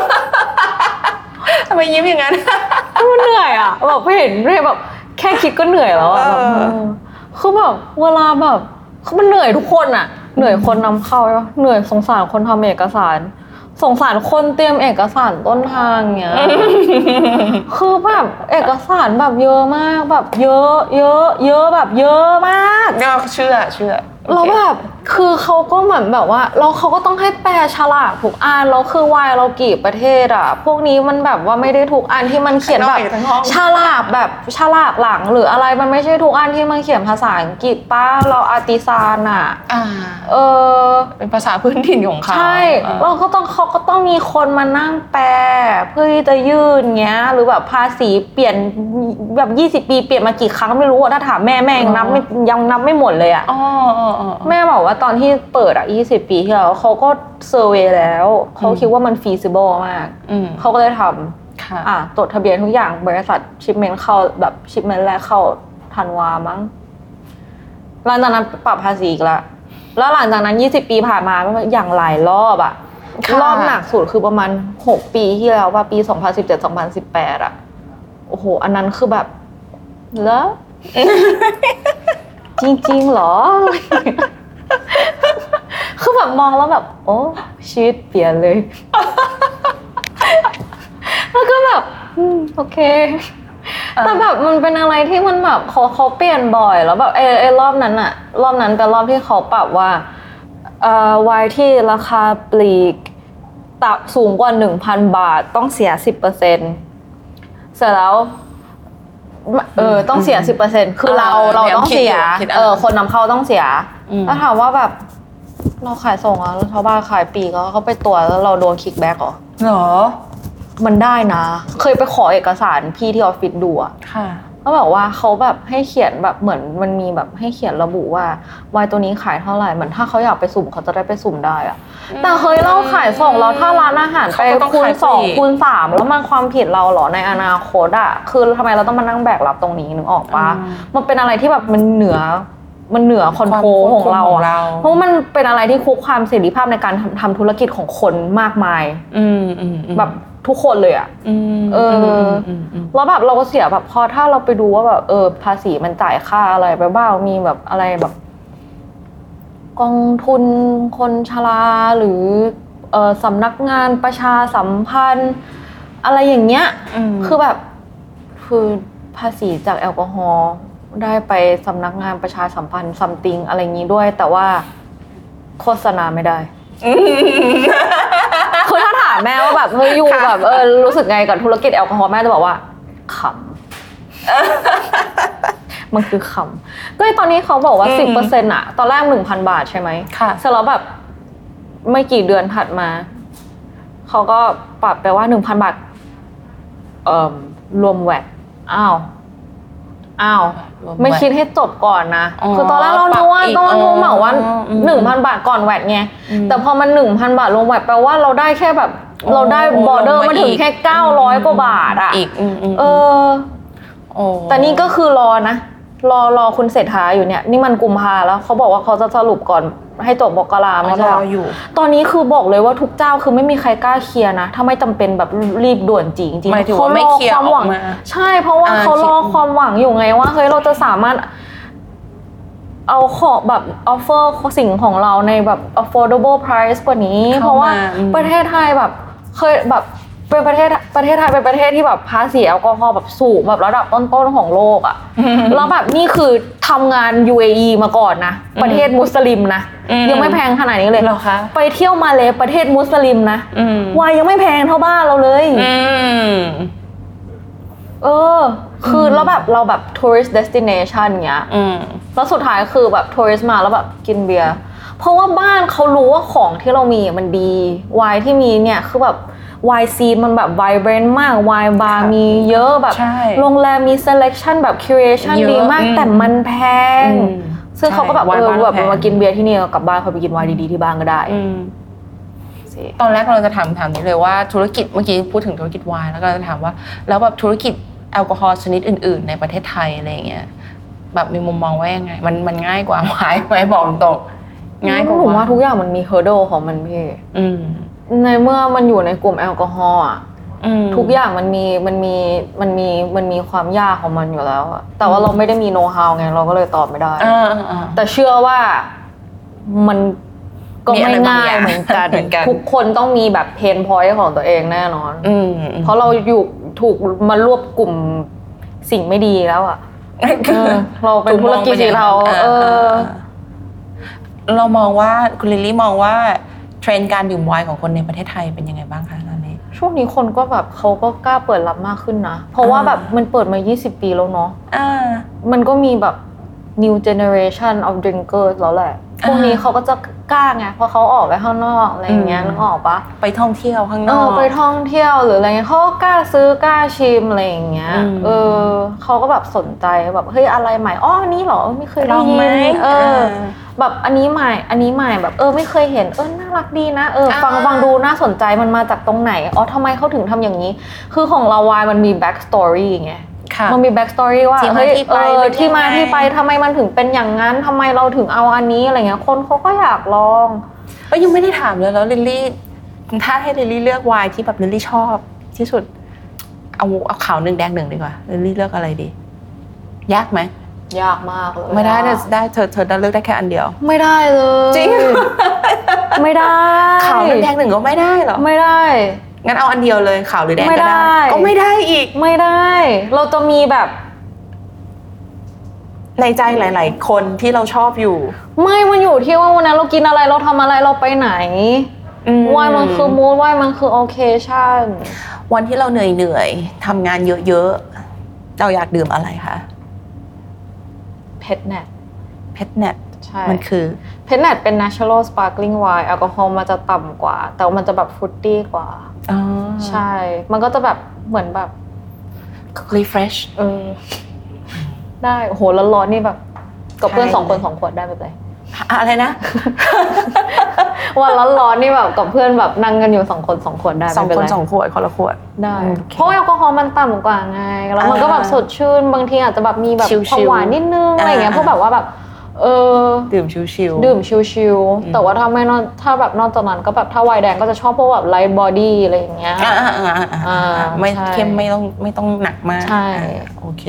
ทำไมยิ้มอย่างนั้นมันเหนื่อยอ่ะแบบเห็นเรื่อยแบบแค่คิดก็เหนื่อยแล้วอ่ะคือแบบเวลาแบบมันเหนื่อยทุกคนอ่ะเหนื่อยคนนำเข้าเหนื่อยสงสารคนทำเอกสารสงสารคนเตรียมเอกสารต้นทางเงี้ยคือแบบเอกสารแบบเยอะมากแบบเยอะแบบเยอะมากเชื่อแล้วแบบคือเขาก็เหมือนแบบว่าแล้วเขาก็ต้องให้แปลฉลากทุกอันแล้วคือวายเรากี่ประเทศอ่ะพวกนี้มันแบบว่าไม่ได้ทุกอันที่มันเขียนแบบฉลากแบบฉลากหลังหรืออะไรมันไม่ใช่ทุกอันที่มันเขียนภาษาอังกฤษป้าเราอาร์ติซานอ่ะเป็นภาษาพื้นถิ่นของเขาใช่เราก็ต้องเขาก็ต้องมีคนมานั่งแปลเพื่อที่จะยื่นเงี้ยหรือแบบภาษีเปลี่ยนแบบ20 ปีเปลี่ยนมากี่ครั้งไม่รู้ถ้าถามแม่ยังนับไม่หมดเลยอ่ะแม่บอกว่าตอนที่เปิด20 ปีที่แล้วเขาก็เซอร์เวย์แล้วเขาคิดว่ามัน feasible มากเขาก็เลยทำจดทะเบียนทุกอย่างบริษัทชิปเมนต์เข้าแบบชิปเมนต์แรกเข้าธันวามั้งหลังจากนั้นปรับภาษีอีกแล้วหลังจากนั้น20 ปีผ่านมาอย่างหลายรอบอะรอบหนักสุดคือประมาณ6 ปีที่แล้วว่าปี 2017-2018อะโอ้โหอันนั้นคือแบบแล้วจริงๆเหรอคือแบบมองแล้วแบบโอ้ชีวิตเปลี่ยนเลยแล้วก็แบบโอเคแต่แบบมันเป็นอะไรที่มันแบบเขาเปลี่ยนบ่อยแล้วแบบรอบนั้นเป็นรอบที่เขาปรับว่าไวน์ที่ราคาปลีกสูงกว่า 1,000 บาทต้องเสีย 10% เสร็จแล้วต้องเสีย 10% คือเราต้องเสียคนนำเข้าต้องเสียแล้วถามว่าแบบเราขายส่งอ่ะชาวบ้านขายปีก็เขาไปตรวจแล้วเราโดนคิกแบ็กเหรอมันได้นะเคยไปขอเอกสารพี่ที่ออฟฟิศดูอ่ะเขาบอกว่าเขาแบบให้เขียนแบบเหมือนมันมีแบบให้เขียนระบุว่าไวน์ตัวนี้ขายเท่าไหร่เหมือนถ้าเขาอยากไปสุ่มเขาจะได้ไปสุ่มได้อ่ะแต่เฮ้ยเราขายส่งแล้วถ้าร้านอาหารไปคูณ2คูณ3แล้วมันความผิดเราเหรอในอนาคตอ่ะคือทำไมเราต้องมานั่งแบกรับตรงนี้นึกออกปะมันเป็นอะไรที่แบบมันเหนือคอนโทรลของเราอ่ะเพราะมันเป็นอะไรที่คุกคามเสรีภาพในการทำธุรกิจของคนมากมายแบบทุกคนเลยอ่ะแล้วแบบเราก็เสียแบบพอถ้าเราไปดูว่าแบบภาษีมันจ่ายค่าอะไรไปบ้างมีแบบอะไรแบบกองทุนคนชราหรือสำนักงานประชาสัมพันธ์อะไรอย่างเงี้ยคือแบบคือภภาษีจากแอลกอฮอล์ได้ไปสำนักงานประชาสัมพันธ์ซัมติงอะไรอย่างนี้ด้วยแต่ว่าโฆษณาไม่ได้คือถ้าถามแม่ว่าแบบเฮ้ยอยู่แบบรู้สึกไงกับธุรกิจแอลกอฮอล์แม่จะบอกว่าขำมันคือขำก็ตอนนี้เขาบอกว่า 10% อะตอนแรก 1,000 บาทใช่ไหมค่ะเสร็จแล้วแบบไม่กี่เดือนถัดมาเขาก็ปรับไปว่า 1,000 บาทรวมแวตอ้าวไม่คิดให้จบก่อนนะคือตอนแรกเรานึกว่าเหมาว่า 1,000 บาทก่อนแวตไงแต่พอมัน 1,000 บาทรวมแวตแปลว่าเราได้แค่แบบเราได้บอร์เดอร์มาถึงแค่900กว่าบาทอ่ะแต่นี่ก็คือรอนะรอคุณเศรษฐาอยู่เนี่ยนี่มันกุมภาแล้วเขาบอกว่าเขาจะสรุปก่อนให้จบมกราไม่ใช่อยู่ตอนนี้คือบอกเลยว่าทุกเจ้าคือไม่มีใครกล้าเคลียร์นะถ้าไม่จำเป็นแบบรีบด่วนจริงเขารอความหวังใช่เพราะว่าเขารอความหวังอยู่ไงว่าเฮ้ยเราจะสามารถเอาของแบบออฟเฟอร์สิ่งของเราในแบบ affordable price กว่านี้เพราะว่าประเทศไทยแบบเคยแบบเป็นประเทศไทยเป็นประเทศที่แบบภาษีแอลกอฮอล์แบบสูงแบบระดับต้นๆของโลกอ่ะแล้วแบบนี่คือทำงาน UAE มาก่อนนะประเทศมุสลิมนะยังไม่แพงขนาดนี้เลยเหรอคะไปเที่ยวมาเลยประเทศมุสลิมนะวายยังไม่แพงเท่าบ้านเราเลยคือแล้วแบบเราแบบ tourist destination เงี้ยแล้วสุดท้ายคือแบบ tourist มาแล้วแบบกินเบียร์เพราะว่าบ้านเขารู้ว่าของที่เรามีมันดีวายที่มีเนี่ยคือแบบวายซีมันแบบไวเบรนต์มากวายบาร์มีเยอะแบบโรงแรมมี selection แบบ curation ดีมากแต่มันแพงซึ่งเขาก็แบบแบบมากินเบียร์ที่นี่กลับบ้านเขาไปกินไวน์ดีๆที่บ้านก็ได้ตอนแรกเราจะถามนี้เลยว่าธุรกิจเมื่อกี้พูดถึงธุรกิจไวน์แล้วก็จะถามว่าแล้วแบบธุรกิจแอลกอฮอล์ชนิดอื่นๆในประเทศไทยอะไรอย่างเงี้ยแบบมีมุมมองว่ายังไงมันง่ายกว่าไวน์ไหมบอกตรงง่ายกว่าผมว่าทุกอย่างมันมี hurdle ของมันพี่ในเมื่อมันอยู่ในกลุ่มแอลกอฮอล์อ่ะทุกอย่างมันมีความยากของมันอยู่แล้วอะแต่ว่าเราไม่ได้มีโน้ตฮาวไงเราก็เลยตอบไม่ได้แต่เชื่อว่ามันก็ไม่ง่ายเหมือนกันทุกคนต้องมีแบบเพนพอยต์ของตัวเองแน่นอนเพราะเราอยู่ถูกมารวบกลุ่มสิ่งไม่ดีแล้วอะเราเป็นธุรกิจสีเทาเรามองว่าคุณลิลลี่มองว่าเทรนด์การดื่มไวน์ของคนในประเทศไทยเป็นยังไงบ้างคะตอนนี้ช่วงนี้คนก็แบบเขาก็กล้าเปิดรับมากขึ้นนะเพราะว่าแบบมันเปิดมา20ปีแล้วเนาะมันก็มีแบบ new generation of drinkers แล้วแหละพวกนี้เขาก็จะกล้าไงเพราะเขาออกไปข้างนอกอะไรอย่างเงี้ยนึกออกปะไปท่องเที่ยวข้างนอกไปท่องเที่ยวหรืออะไรเงี้ยเขาก็กล้าซื้อกล้าชิมอะไรอย่างเงี้ยเขาก็แบบสนใจแบบเฮ้ยอะไรใหม่อ๋ออันนี้เหรอไม่เคยได้ยินแบบอันนี้ใหม่แบบไม่เคยเห็นน่ารักดีนะฟังดูน่าสนใจมันมาจากตรงไหนอ๋อทำไมเขาถึงทำอย่างนี้คือของเราวายมันมี back story ไงมันมี back story ว่าเฮ้ยที่มาที่ไปทำไมมันถึงเป็นอย่างนั้นทำไมเราถึงเอาอันนี้อะไรเงี้ยคนเขาก็อยากลองยังไม่ได้ถามเลยแล้วลิลลี่ถ้าให้ลิลลี่เลือกไวน์ที่แบบลิลลี่ชอบที่สุดเอาขาว1แดง1ดีกว่าลิลลี่เลือกอะไรดียากไหมยากมากเลยไม่ได้เธอเลือกได้แค่อันเดียวไม่ได้เลยจริงไม่ได้ขาว1แดง1ก็ไม่ได้เหรอไม่ได้งั้นเอาอันเดียวเลยขาวหรือแดงก็ได้ก็ไม่ได้อีกไม่ได้เราจะมีแบบในใจหลายๆคนที่เราชอบอยู่ไม่มันอยู่ที่ว่าวันนั้นเรากินอะไรเราทำอะไรเราไปไหนวายมันคือมูดวายมันคือโอเคชั่นวันที่เราเหนื่อยทำงานเยอะๆเราอยากดื่มอะไรคะเพชรแนทใช่มันคือเพชรแนทเป็น natural sparkling wine แอลกอฮอล์มันจะต่ำกว่าแต่มันจะแบบฟรุตตี้กว่าใช่มันก็จะแบบเหมือนแบบ refresh ได้โหร้อนๆนี่แบบกับเพื่อน2 คน2 ขวดได้ไปเลยอะไรนะวันร้อนๆนี่แบบกับเพื่อนแบบนั่งกันอยู่2 คน2 ขวดได้ 2 คน2 ขวดคนละขวดได้เพราะแอลกอฮอล์มันต่ำกว่าไงแล้วมันก็แบบสดชื่นบางทีอาจจะแบบมีแบบความหวานนิดนึงอะไรอย่างเงี้ยพวกแบบว่าแบบดื่มชิลๆแต่ว่าถ้าแบบนอกจากนั้นก็แบบถ้าไวน์แดงก็จะชอบพวกแบบไลท์บอดี้อะไรอย่างเงี้ยไม่เข้มไม่ต้องหนักมากใช่โอเค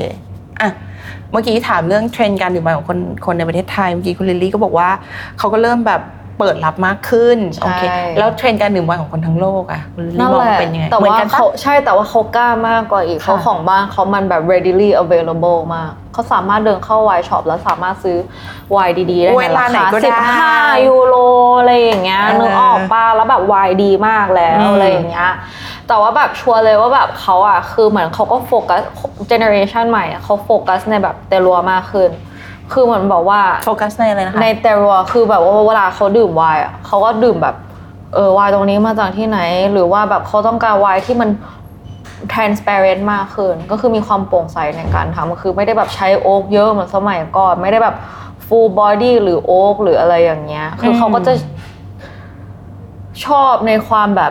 เมื่อกี้ถามเรื่องเทรนด์การดื่มไวน์ของคนในประเทศไทยเมื่อกี้คุณลิลลี่ก็บอกว่าเขาก็เริ่มแบบเปิดรับมากขึ้นใช่โอเคแล้วเทรนด์การดื่มไวน์ของคนทั้งโลกอ่ะคุณลิลลี่นั่นมองแหละเป็นยังไงแต่เหมือนว่ากันปะเขาใช่แต่ว่าเขากล้ามากกว่าอีกค่ะเขาของบ้านเขามันแบบ readily available มากเขาสามารถเดินเข้าไวน์ช็อปแล้วสามารถซื้อไวน์ดีๆได้เวในลาราไหนคาก็ได้ 15 ยูโรอะไรอย่างเงี้ยนึกออกปะแล้วแบบไวน์ดีมากแล้วอะไรอย่างเงี้ยแต่ว่าแบบชัวร์เลยว่าแบบเขาอ่ะคือเหมือนเขาก็โฟกัสเจเนอเรชันใหม่อะเขาโฟกัสในแบบเตลัวมากขึ้นคือเหมือนบอกว่าโฟกัสในอะไรนะคะในเตรัวคือแบบว่าเวลาเขาดื่มไวน์อ่ะเขาก็ดื่มแบบไวน์ตรงนี้มาจากที่ไหนหรือว่าแบบเขาต้องการไวน์ที่มัน transparent มากขึ้นก็คือมีความโปร่งใสในการทำคือไม่ได้แบบใช้โอ๊กเยอะเหมือนสมัยก่อนไม่ได้แบบ full body หรือโอ๊กหรืออะไรอย่างเงี้ยคือเขาก็จะชอบในความแบบ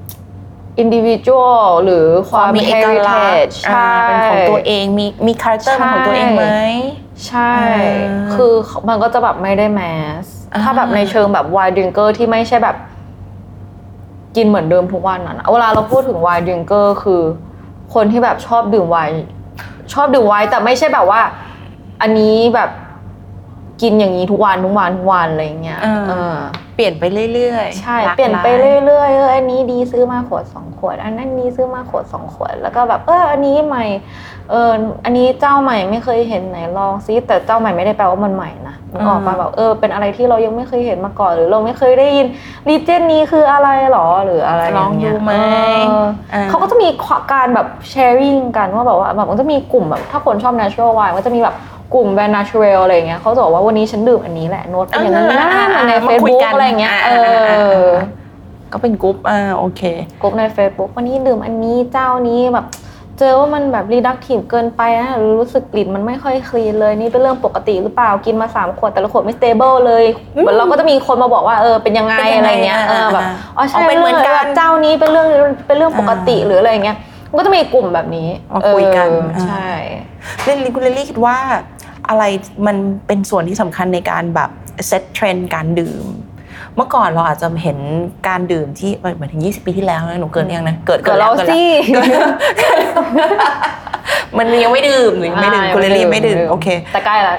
individual หรือความมีเอกลักษ heritage ณ์ใช่เป็นของตัวเองมีคาแรคเตอร์เป็นของตัวเองไหมใช่ คือมันก็จะแบบไม่ได้แมส ถ้าแบบในเชิงแบบไวน์ดริงเกอร์ที่ไม่ใช่แบบกินเหมือนเดิมทุกวันนั้นเวลาเราพูดถึงไวน์ดริงเกอร์คือคนที่แบบชอบดื่มไวน์แต่ไม่ใช่แบบว่าอันนี้แบบกินอย่างนี้ทุกวันอะไรอย่างเงี้ยเปลี่ยนไปเรื่อยๆใช่หลากหลาเปลี่ยนไปเรื่อยๆอันนี้ดีซื้อมาขวด2 ขวดอันนั้นนี้ซื้อมาขวด2 ขวดแล้วก็แบบอันนี้ใหม่อันนี้เจ้าใหม่ไม่เคยเห็นไหนลองซิแต่เจ้าใหม่ไม่ได้แปลว่ามันใหม่นะนึกออกป่ะแบบเป็นอะไรที่เรายังไม่เคยเห็นมาก่อนหรือเราไม่เคยได้ยินรีเจนนี้คืออะไรหรอหรืออะไรอย่างเงี้ยลองดูไหมเขาก็จะมีการแบบแชร์ริ่งกันว่าแบบว่าแบบมันจะมีกลุ่มแบบถ้าคนชอบ natural wine มันจะมีแบบกลุ่มแบรนด์ natural อะไรอย่างเงี้ยเขาจะบอกว่าวันนี้ฉันดื่มอันนี้แหละโน้ตเป็นอย่างนั้นนะใน Facebook อะไรอย่างเงี้ยก็เป็นกรุ๊ปโอเคกลุ่มใน Facebook วันนี้ดื่มอันนี้เจ้านี้แบบเจอว่ามันแบบ reductive เกินไปนะรู้สึกกลิ่นมันไม่ค่อยคลีนเลยนี่เป็นเรื่องปกติหรือเปล่ากินมา3 ขวดแต่ละขวดไม่ stable เลยเราก็จะมีคนมาบอกว่าเป็นยังไงอะไรเงี้ยแบบใช่เป็นเหมือนกันเจ้านี้เป็นเรื่องปกติหรืออะไรเงี้ยมันก็จะมีกลุ่มแบบนี้คุยกันใช่คุณลิลลี่คิดว่าอะไรมันเป็นส่วนที่สำคัญในการแบบเซตเทรนด์การดื่มเมื่อก่อนเราอาจจะเห็นการดื่มที่เหมือนถึง20 ปีที่แล้วนะหนูเกิดยังนะเกิดแล้วสิมันยังไม่ดื่มหรือไม่ดื่มคุณลิลลี่ไม่ดื่มโอเคแต่ใกล้ละ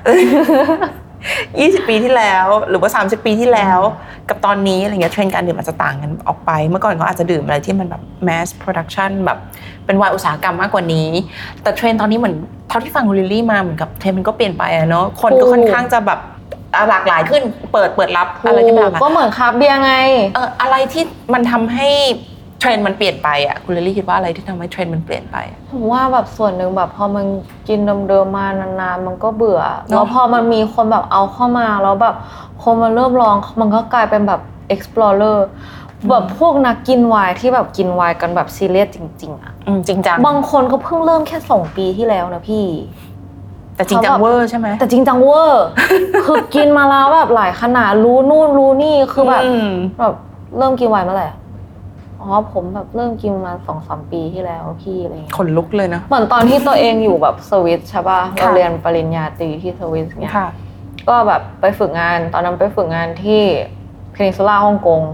20 ปีที่แล้วหรือว่า30 ปีที่แล้วกับตอนนี้อะไรเงี้ยเทรนด์การดื่มอาจจะต่างกันออกไปเมื่อก่อนเขาอาจจะดื่มอะไรที่มันแบบ mass production แบบเป็นไวน์อุตสาหกรรมมากกว่านี้แต่เทรนด์ตอนนี้เหมือนเท่าที่ฟังคุณลิลลี่มาเหมือนกับเทรนด์มันก็เปลี่ยนไปอะเนาะคนก็ค่อนข้างจะแบบหลากหลายขึ้นเปิดรับอะไรที่แบบก็เหมือนคราฟต์เบียร์ไงอะไรที่มันทำให้เทรนด์มันเปลี่ยนไปอ่ะคุณลิลลี่คิดว่าอะไรที่ทำให้เทรนด์มันเปลี่ยนไปผมว่าแบบส่วนหนึ่งแบบพอมันกินเดิมๆมานานๆมันก็เบื่อแล้วพอมันมีคนแบบเอาเข้ามาแล้วแบบคนมันเริ่มลองมันก็กลายเป็นแบบ explorer แบบพวกนักกินไวน์ที่แบบกินไวน์กันแบบซีเรียสจริงๆอ่ะจริงจังบางคนก็เพิ่งเริ่มแค่2 ปีที่แล้วนะพี่แต่จริงจังเวอร์ใช่ไหมแต่จริงจังเวอร์คือกินมาแล้วแบบหลายขนาดรู้นู่นรู้นี่คือแบบเริ่มกินไวน์เมื่อไหร่ผมแบบเริ่มกินมา2-3 ปีที่แล้วพี่อะไรเงี้ยขนลุกเลยนะเหมือนตอนที่ตัวเองอยู่แบบสวิตใช่ป่ะเราเรียนปริญญาตรีที่สวิตเงี้ยก็แบบไปฝึกงานตอนนั้นไปฝึกงานที่เพนินซูล่าฮ่องกง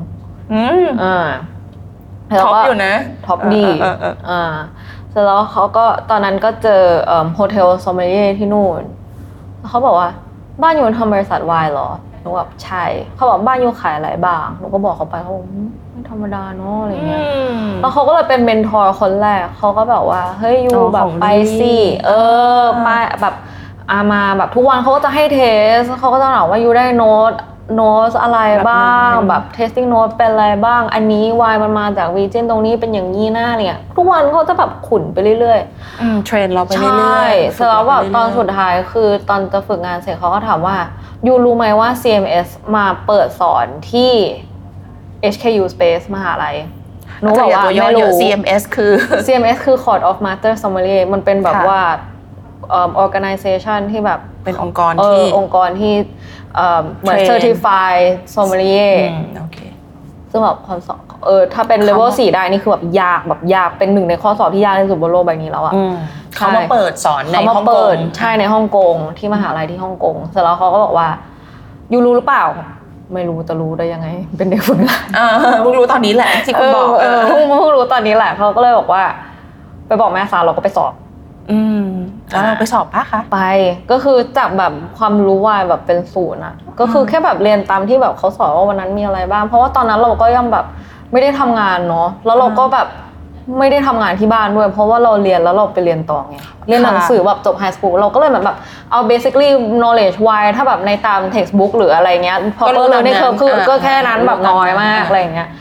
ท็อปอยู่นะท็อปดีเสร็จแล้วเขาก็ตอนนั้นก็เจอโฮเทลซอมเมเย่ที่นู่นเขาบอกว่าบ้านยูทำบริษัทไวน์เหรอหนูแบบใช่เขาบอกบ้านยูขายอะไรบ้างหนูก็บอกเขาไปเขาบอกไม่ธรรมดาเนาะอะไรเงี้ยแล้วเขาก็เลยเป็นเมนทอร์คนแรกเขาก็แบบว่าเฮ้ยยูแบบไปสิไปแบบมาแบบทุกวันเขาก็จะให้เทสเขาก็จะถามว่ายูได้โน้ตอะไรบ้างแบบ testing note เป็นอะไรบ้างอันนี้ไวน์มันมาจากรีเจนตรงนี้เป็นอย่างนี้นะเนี่ยทุกวันเขาจะแบบขุนไปเรื่อยๆเทรนเราไปเรื่อยๆใช่เสร็จแล้วแบบตอนสุดท้ายคือตอนจะฝึกงานเสร็จเขาก็ถามว่ายูรู้ไหมว่า CMS มาเปิดสอนที่ HKU Space มหาลัยหนูบอกว่าไม่รู้ CMS คือ Court of Master Sommelier มันเป็นแบบว่าorganization ที่แบบเป็นองค์กรที่เหมือน certified sommelier โอเคซึ่งแบบความสอบถ้าเป็น level 4ได้นี่คือแบบยากเป็น1ในข้อสอบที่ยากที่สุดบนโลกใบนี้แล้วอ่ะเขามาเปิดสอนในฮ่องกงใช่ในฮ่องกงที่มหาลัยที่ฮ่องกงเสร็จแล้วเขาก็บอกว่ายูรู้หรือเปล่าไม่รู้จะรู้ได้ยังไงเป็นเด็กฝึกงานเพิ่งรู้ตอนนี้แหละที่คุณบอกเพิ่งรู้ตอนนี้แหละเขาก็เลยบอกว่าไปบอกแม่ซาเราก็ไปสอบแล้วเราไปสอบปะคะไปก็คือจากแบบความรู้วายแบบเป็นศูนย์อะก็คือแค่แบบเรียนตามที่แบบเขาสอนว่าวันนั้นมีอะไรบ้างเพราะว่าตอนนั้นเราก็ยังแบบไม่ได้ทำงานเนาะแล้วเราก็แบบไม่ได้ทำงานที่บ้านด้วยเพราะว่าเราเรียนแล้วเราไปเรียนต่อไงเรียนหนังสือแบบจบไฮสคูลเราก็เลยเหมือนแบบเอา basically knowledge wise ถ้าแบบในตาม textbook หรืออะไรเงี้ยพอก็เลยนี่คือก็แค่นั้นแบบน้อยมากอะไรเงี้ย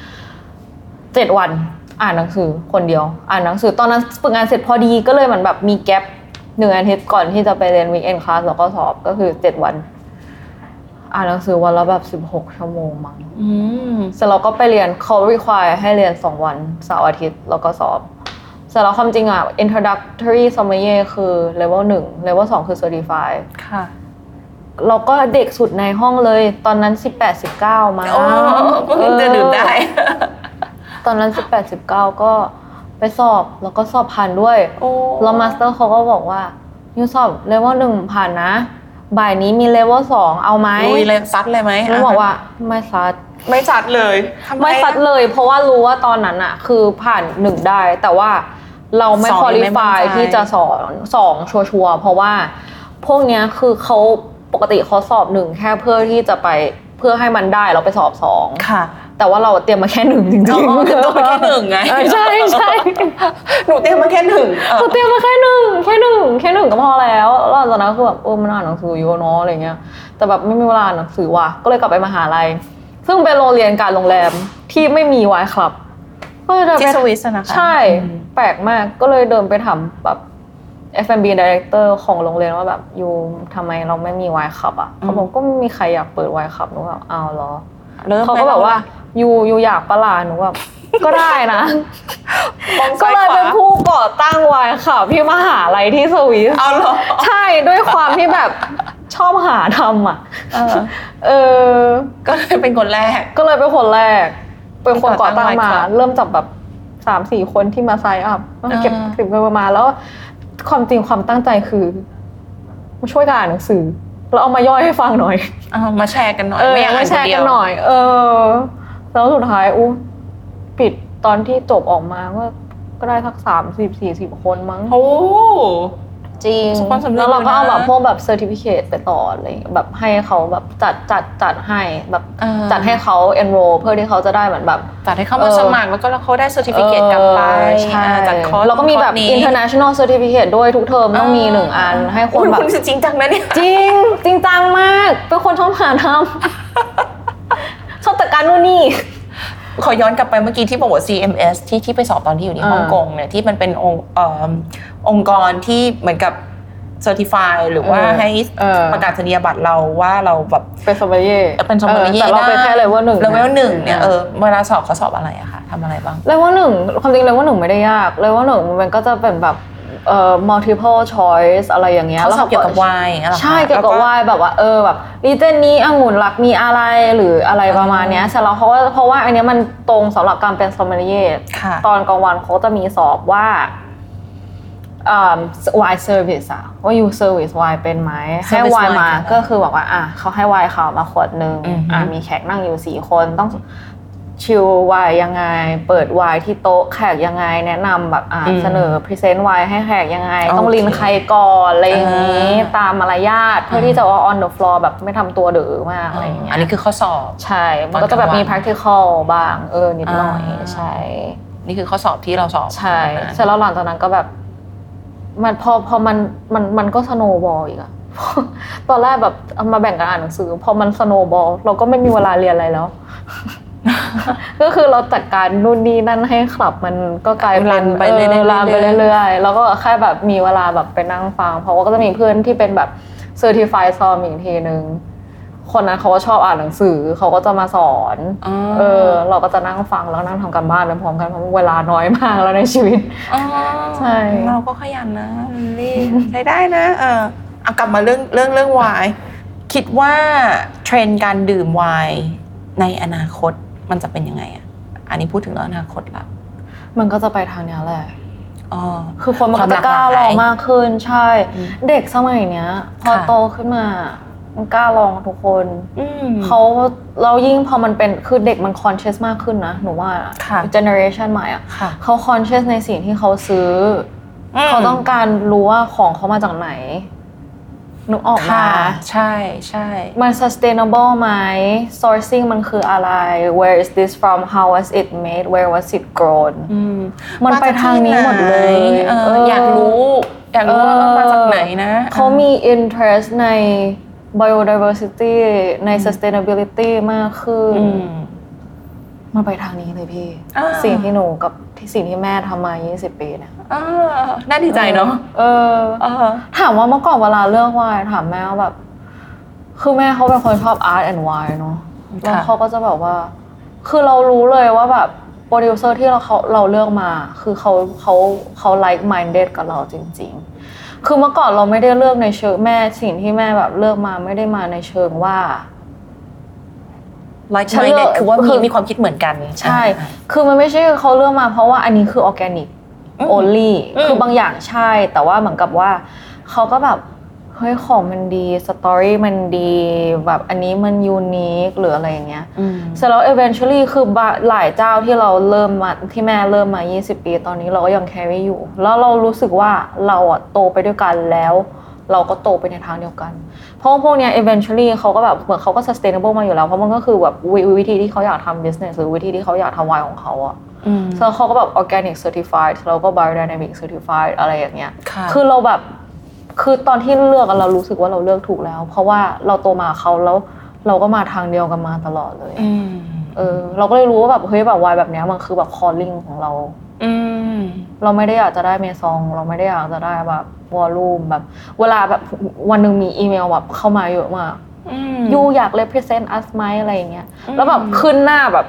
7 วันอ่านหนังสือคนเดียวอ่านหนังสือตอนนั้นฝึกงานเสร็จพอดีก็เลยเหมือนแบบมีแกป1 อาทิตย์ก่อนที่จะไปเรียน weekend class แล้วก็สอบก็คือ7 วันอ่านหนังสือวันละแบบ16 ชั่วโมงมั้งเสร็จเราก็ไปเรียนเขา require ให้เรียน2 วันเสาร์อาทิตย์แล้วก็สอบเสร็จแล้วความจริงอ่ะ introductory sommelier คือ level 1 level 2 คือ certified ค่ะเราก็เด็กสุดในห้องเลยตอนนั้น18-19มั้งจะดื่มได้ตอนนั้น18-19ก็ไปสอบแล้วก็สอบผ่านด้วยแล้วมาสเตอร์เขาก็บอกว่ายูสอบเลเวล1ผ่านนะบ่ายนี้มีเลเวล2เอาไหมลุยเลยซัดเลยไหมแล้วบอกว่าไม่ซัดเลยไม่ซัดเลยเพราะว่ารู้ว่าตอนนั้นอะคือผ่าน1ได้แต่ว่าเราไม่ควอลิฟายที่จะสอน2ชัวร์เพราะว่าพวกเนี้ยคือเขาปกติเขาสอบ1แค่เพื่อที่จะไปเพื่อให้มันได้เราไปสอบ2 ค่ะแต่ว่าเราเตรียมมาแค่1จริงๆเตรียมมาแค่1ไงใช่หนูเตรียมมาแค่1 หนูเตรียมมาแค่1ก็พอแล้วแล้วตอนนั้นคือแบบมันอ่านหนังสืออยู่เนาะอะไรเงี้ยแต่แบบไม่มีเวลาอ่านหนังสือว่ะก็เลยกลับไปมหาลัยซึ่งเป็นโรงเรียนการโรงแรมที่ไม่มีไวน์คลับก็เลยที่สวิสนะคะใช่แปลกมากก็เลยเดินไปถามแบบ F&B Director ของโรงเรียนว่าแบบยูทำไมเราไม่มีไวน์คลับอ่ะเขาบอกก็ไม่มีใครอยากเปิดไวน์คลับหนูแบบอ้าวเหรอเขาก็แบบว่ายูอยากปะล่ะหนูแบบก็ได้นะก็เลยเป็นผู้ก่อตั้งไวน์คลับที่มหาลัยที่สวิสเอาเหรอใช่ด้วยความที่แบบชอบหาทำอ่ะก็เลยเป็นคนแรกเป็นคนก่อตั้งมาเริ่มจากแบบ 3-4 คนที่มาไซน์อัพเก็บเงินมาแล้วความจริงความตั้งใจคือมาช่วยกันอ่านหนังสือแล้วเอามาย่อยให้ฟังหน่อยมาแชร์กันหน่อยไม่อยากมาแชร์กันหน่อยแล้วสุดท้ายปิดตอนที่จบออกมาก็ได้สัก30-40 คนมั้งโอ้จริงแล้วเราก็เอาแบบพวกแบบเซอร์ติฟิเคตไปต่ออะไรแบบให้เขาแบบจัดให้แบบจัดให้เขา enroll เพื่อที่เขาจะได้เหมือนแบบจัดให้เขามาสมัครแล้วก็เขาได้เซอร์ติฟิเคตกลับไปจัดคอร์สแล้วก็มีแบบ international certificate ด้วยทุกเทอมต้องมี1 อันให้คนแบบคุณจริงจังนะเนี่ยจริงจังมากเป็นคนชอบหาทำชอบจัดการนู่นนี่ขอย้อนกลับไปเมื่อกี้ที่บอกว่า CMS ที่ไปสอบตอนที่อยู่ที่ฮ่องกงเนี่ยที่มันเป็นองค์กรที่เหมือนกับ certify หรือว่าให้ประกาศนียบัตรเราว่าเราแบบเป็นsommelier แต่เราเป็นแค่ level 1 เนี่ยเวลาสอบเขาสอบอะไรอะคะทำอะไรบ้าง level 1ความจริง level 1ไม่ได้ยาก level 1มันก็จะเป็นแบบmultiple choice อะไรอย่างเงี้ยแล้วสอบเกี่ยวกับไวน์ใช่เกี่ยวกับไวน์แบบว่าแบบรีเจนนี้องุ่นหลักมีอะไรหรืออะไรประมาณเนี้ยเสร็จแล้วเพราะว่าอันนี้มันตรงสำหรับการเป็นซอมเมลิเย่ตอนกลางวันเขาจะมีสอบว่าไวน์เซอร์วิสอะว่ายูเซอร์วิสไวน์เป็นไหมให้ไวน์มาก็คือบอกว่าเขาให้ไวน์เขามาขวดนึงมีแขกนั่งอยู่4 คนต้องชิลไวน์ยังไงเปิดไวน์ที่โต๊ะแขกยังไงแนะนำแบบเสนอพรีเซนต์ไวน์ให้แขกยังไงต้องลินใครก่อนอะไรอย่างนี้ตามมารยาทเพื่อที่จะว่า on the floor แบบไม่ทำตัวดื้อมากอะไรอย่างเงี้ยอันนี้คือข้อสอบใช่มันก็จะแบบมี practical บ้างนิดหน่อยใช่นี่คือข้อสอบที่เราสอบใช่เสร็จแล้วหลังจากนั้นก็แบบมันพอมันก็สโนว์บอลอีกอะตอนแรกแบบเอามาแบ่งกันอ่านหนังสือพอมันสโนว์บอลเราก็ไม่มีเวลาเรียนอะไรแล้วก็คือเราจัดการนู่นนี่นั่นให้คลับมันก็กลายเป็นไปเรื่อยๆแล้วก็แค่แบบมีเวลาแบบไปนั่งฟังเพราะว่าก็จะมีเพื่อนที่เป็นแบบ certified som อีกทีนึงคนนั้นเขาก็ชอบอ่านหนังสือเขาก็จะมาสอนเราก็จะนั่งฟังแล้วนั่งทำการบ้านไปพร้อมกันเพราะเวลาน้อยมากแล้วในชีวิตใช่เราก็ขยันนะนี่ใช้ได้นะเอากลับมาเรื่องไวน์คิดว่าเทรนด์การดื่มไวน์ในอนาคตมันจะเป็นยังไงอันนี้พูดถึงเรื่องอนาคตละมันก็จะไปทางนี้แหละคือคนมันก็จะกล้าลองมากขึ้นใช่เด็กสมัยเนี้ยพอโตขึ้นมามันกล้าลองทุกคนเขาเรายิ่งพอมันเป็นคือเด็กมัน conscious มากขึ้นนะหนูว่า generation ใหม่เขา conscious ในสิ่งที่เขาซื้อเขาต้องการรู้ว่าของเขามาจากไหนนึกออกมาใช่ใช่มัน sustainable ไหม sourcing มันคืออะไร where is this from how was it made where was it grown มันไปทางนี้หมดเลยอยากรู้ว่ามาจากไหนนะเขามี interest ใน biodiversity ใน sustainability มากขึ้นมันไปทางนี้เลยพี่สิ่งที่หนูกับสิ่งที่แม่ทำมา20 ปีเนี่ยน่าดีใจเนาะถามว่าเมื่อก่อนเวลาเลือกไวน์ถามแม่ว่าแบบคือแม่เขาเป็นคนชอบ art and wine เนาะแล้วเขาก็จะแบบว่าคือเรารู้เลยว่าแบบโปรดิวเซอร์ที่เราเลือกมาคือเขา like minded กับเราจริงๆคือเมื่อก่อนเราไม่ได้เลือกในเชิงแม่สิ่งที่แม่แบบเลือกมาไม่ได้มาในเชิงว่า like minded คือว่ามีความคิดเหมือนกันใช่คือมันไม่ใช่เขาเลือกมาเพราะว่าอันนี้คือ organic only คือบางอย่างใช่แต่ว่าเหมือนกับว่าเขาก็แบบเฮ้ยของมันดีสตอรี่มันดีแบบอันนี้มันยูนิคหรืออะไรอย่างเงี้ยเสร็จแล้ว eventually คือหลายเจ้าที่เราเริ่มมาที่แม่เริ่มมา20 ปีตอนนี้เราก็ยัง carry อยู่แล้วเรารู้สึกว่าเราอะโตไปด้วยกันแล้วเราก็โตไปในทางเดียวกันเพราะพวกเนี้ย eventually เขาก็แบบเหมือนเขาก็ sustainable มาอยู่แล้วเพราะมันก็คือแบบวิธีที่เขาอยากทำ business หรือวิธีที่เขาอยากทำไวน์ของเขาอะแล้วเขาก็แบบ organic certified แล้วก็ biodynamic certified อะไรอย่างเงี้ยคือเราแบบคือตอนที่เลือกเรารู้สึกว่าเราเลือกถูกแล้วเพราะว่าเราโตมาเขาแล้วเราก็มาทางเดียวกันมาตลอดเลยเราก็เลยรู้ว่าแบบเฮ้ยแบบไวน์แบบเนี้ยมันคือแบบ calling ของเราเราไม่ได้อยากจะได้เมซองเราไม่ได้อยากจะได้แบบวอลลุ่มแบบเวลาแบบวันนึงมีอีเมลแบบเข้ามาเยอะมากยูอยาก represent us ไหมอะไรอย่างเงี้ยแล้วแบบขึ้นหน้าแบบ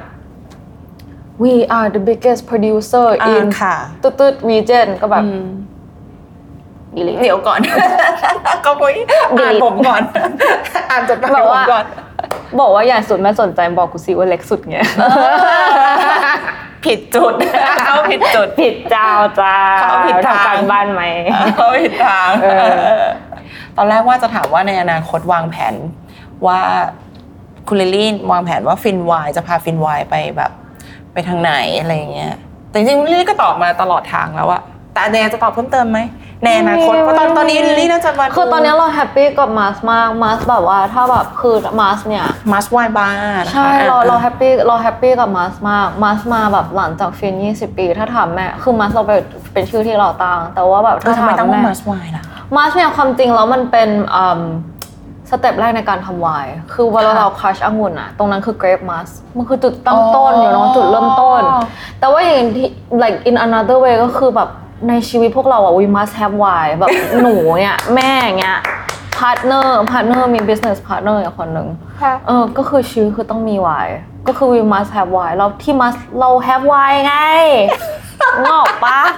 we are the biggest producer in ตึ๊ด region ก็แบบเดี๋ยวก่อนก็คุยอ่านผมก่อนอ่านจดหมายผมก่อนบอกว่าใหญ่สุดไม่สนใจบอกกูสิว่าเล็กสุดเงี้ยผิดจุดเขาผิดจุดผิดเจ้าจ้าเขาผิดทางการบ้านไหมเขาผิดทางตอนแรกว่าจะถามว่าในอนาคตวางแผนว่าคุณลิลลี่วางแผนว่าฟินไวน์จะพาฟินไวน์ไปแบบไปทางไหนอะไรอย่างเงี้ยแต่จริงๆลิลลี่ก็ตอบมาตลอดทางแล้วอะแต่แนนจะตอบเพิ่มเติมไหมในอนาคตเพราะตอนนี้ลิลลี่น่าจะมาคือตอนนี้เราแฮปปี้กับมาสมากมาสแบบว่าถ้าแบบคือมาสเนี่ยมาสไวน์บาร์ใช่เราแฮปปี้กับมาสมากมาสมาแบบหลังจากฟิน20 ปีถ้าถามแม่คือมาสเราเป็นชื่อที่เราตั้งแต่ว่าแบบถ้าถามแม่มาสไวน์ล่ะมาสเนี่ยความจริงแล้วมันเป็นสเต็ปแรกในการทำไวน์คือเวลาเราคัชองุ่นอะตรงนั้นคือ grape mask มันคือจุดตั้งต้นอยู่เนาะจุดเริ่มต้นแต่ว่าอย่างที่ like in another way ก็คือแบบในชีวิตพวกเราอะ we must have wine แบบหนูเนี่ยแม่เงี้ย partner มี business partner อย่างคนหนึ่งก็คือชื่อคือต้องมี wine ก็คือ we must have wine เราที่ must เรา have wine ไงงอกปะ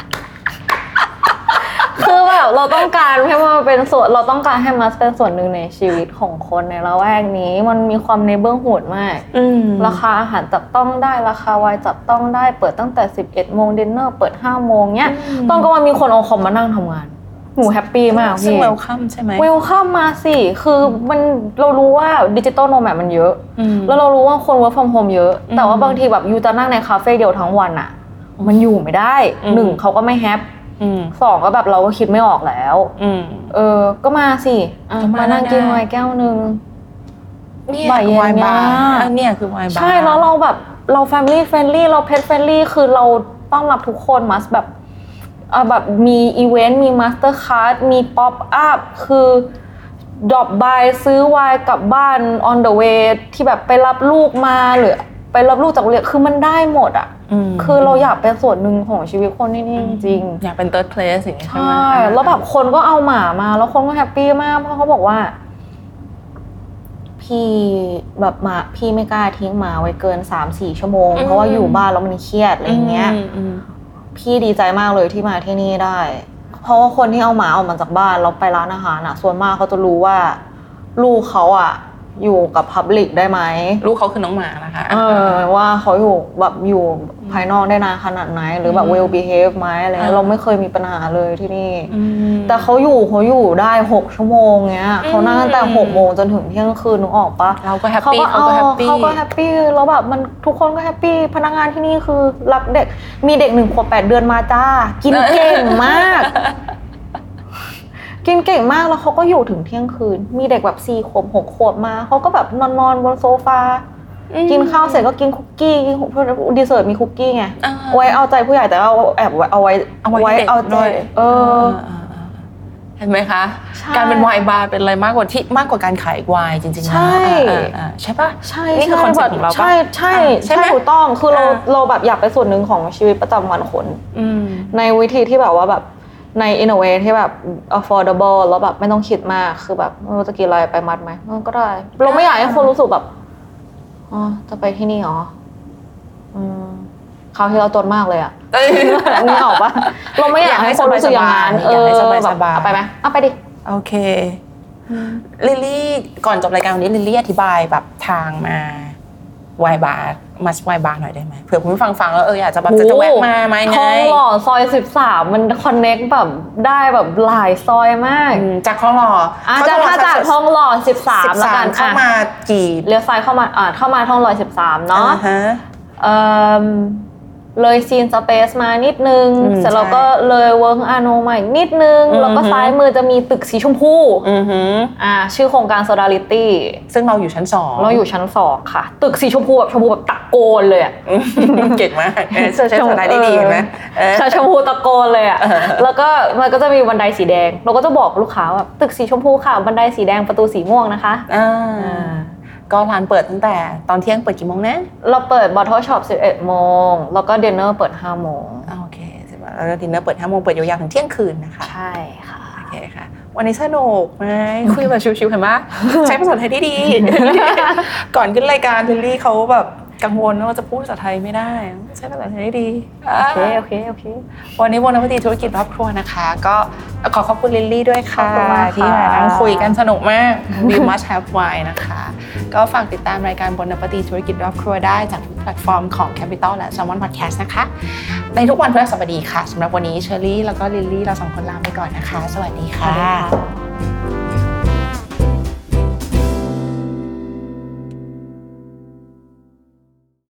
คือแบบเราต้องการให้มันเป็นส่วนเราต้องการให้มันเป็นส่วนหนึ่งในชีวิตของคนในละแวกนี้มันมีความในเบื้องหูดมากราคาอาหารจับต้องได้ราคาไวน์จับต้องได้เปิดตั้งแต่ 11 โมงดินเนอร์เปิด 5 โมงเนี้ยตอนกลางวันมีคนเอาคอมมานั่งทำงานหนูแฮปปี้มากพี่ซึ่งเวลคัมใช่ไหมเวลคัมมาสิคือมันเรารู้ว่าดิจิตอลโนแมดมันเยอะแล้วเรารู้ว่าคน work from home เยอะแต่ว่าบางทีแบบยูจะนั่งในคาเฟ่เดียวทั้งวันอะมันอยู่ไม่ได้1เขาก็ไม่แฮป2ก็แบบเราก็คิดไม่ออกแล้วก็มาสิมานั่งกินไวน์แก้วนึงบ่ายเย็นเนี่ยคือไวน์บาร์ใช่แล้วเราแบบเรา family friendly เรา pet friendly คือเราต้องรับทุกคนมัสแบบมีอีเวนต์มีมาสเตอร์คลาสมีป๊อปอัพคือดรอปบายซื้อไวน์กลับบ้าน on the way ที่แบบไปรับลูกมาหรือไปรับลูกจากโรงเรียนคือมันได้หมดอ่ะคือเราอยากเป็นส่วนหนึ่งของชีวิตคนที่นี่จริงๆอยากเป็น third place อย่างเงี้ยใช่ไหมแล้วแบบคนก็เอาหมามาแล้วคนก็แฮปปี้มากเพราะเขาบอกว่าพี่แบบหมาพี่ไม่กล้าทิ้งหมาไว้เกิน 3-4 ชั่วโมงเพราะว่าอยู่บ้านแล้วมันเครียดอะไรเงี้ยพี่ดีใจมากเลยที่มาที่นี่ได้เพราะว่าคนที่เอาหมาออกมาจากบ้านแล้วไปร้านอาหารน่ะส่วนมากเขาจะรู้ว่าลูกเขาอ่ะอยู่กับ Public ได้ไหมลูกเขาคือน้องหมานะคะว่าเขาอยู่แบบอยู่ภายนอกได้นานขนาดไหนหรือแบบ well behave ไหมอะไรเราไม่เคยมีปัญหาเลยที่นี่แต่เขาอยู่ได้6ชั่วโมงเงี้ยเขานั่งตั้งแต่6โมงจนถึงเที่ยงคืนนึกออกปะเราก็แฮปปี้เขาก็แฮปปี้แล้วแบบมันทุกคนก็แฮปปี้พนักงานที่นี่คือรักเด็กมีเด็ก1 ขวบ 8 เดือนมาจ้ากินเก่งมากกินเก่งมากแล้วเขาก็อยู่ถึงเที่ยงคืนมีเด็กแบบ4 ขวบ 6 ขวบมาเขาก็แบบนอนบนโซฟากินข้าวเสร็จก็กินคุกกี้ดีเซอร์ทมีคุกกี้ไงไว้เอาใจผู้ใหญ่แต่ว่าแอบเอาไว้เอาใจเห็นไหมคะการเป็นไวน์บาร์เป็นอะไรมากกว่าการขายไวน์จริงๆใช่ใช่ปะใช่นี่คือคอนเซ็ปต์ของเราปะใช่ถูกต้องคือเราแบบอยากเป็นส่วนหนึ่งของชีวิตประจำวันคนในวิธีที่แบบว่าแบบใน in a way ที่แบบ affordable แล้วแบบไม่ต้องคิดมากคือแบบเราจะกินอะไรไปมัดไหมก็ได้เราไม่อยากให้คนรู้สึกแบบอ๋อจะไปที่นี่เหรอคราวที่เราจนมากเลยอ่ะนี่ออกปะเราไม่อยากให้คนรู้สึกอย่างนั้นอยากให้สบายเอาไปไหมเอาไปดิโอเคลิลลี่ก่อนจบรายการวันนี้ลิลลี่อธิบายแบบทางมาไวน์บาร์มัสไวน์บาร์หน่อยได้ไหมเผื่อคุณผู้ฟังแล้วอยากจะแบบจะแวะมาไหมไงทองหล่อซอย13มันคอนเน็กแบบได้แบบหลายซอยมากจากทองหล่อถ้าจากทองหล่อ13แล้วกันเข้ามากี่เลี้ยวซ้ายเข้ามาทองหล่อ13เนาะเลยซีนสเปซมานิดนึงเสร็จแล้วก็เลยเวิร์กอาโนมาอีกนิดนึงแล้วก็ซ้ายมือจะมีตึกสีชมพูชื่อโครงการ Solidarity ซึ่งเราอยู่ชั้น2 เราอยู่ชั้น2ค่ะตึกสีชมพูแบบตะโกนเลยอ่ะเก่งมากใช้ภาษาได้ดีเห็นไหมใช้ชมพูตะโกนเลยอ่ะแล้วก็มันก็จะมีบันไดสีแดงเราก็จะบอกลูกค้าว่าตึกสีชมพูค่ะบันไดสีแดงประตูสีม่วงนะคะก็ร้านเปิดตั้งแต่ตอนเที่ยงเปิดกี่โมงนะเราเปิด Bottle Shop 11 โมงแล้วก็ Dinner เปิด 5 โมงโอเคแล้วก็ Dinner เปิด 5 โมงเปิดยาวๆถึงเที่ยงคืนนะคะใช่ค่ะโอเคค่ะวันนี้สนุกไหมคุยแบบชิวๆเห็นไหมใช้ภาษาไทยได้ดีก่อนขึ้นรายการลิลลี่เขาแบบกังวลว่าจะพูดภาษาไทยไม่ได้ใช้ภาษาไทยได้ดีโอเควันนี้วงนักวิทยธุรกิจครอบครัวนะคะก็ขอขอบคุณลิลลี่ด้วยค่ะที่มานั่งคุยกันสนุกมาก We must have wine นะคะก็ฝากติดตามรายการบนนักวิทยธุรกิจครอบครัวได้จากทุกแพลตฟอร์มของ Capital และ Salmon Podcast นะคะในทุกวันพฤหัสบดีค่ะสำหรับวันนี้เชอรี่แล้วก็ลิลลี่เรา2 คนลาไปก่อนนะคะสวัสดีค่ะ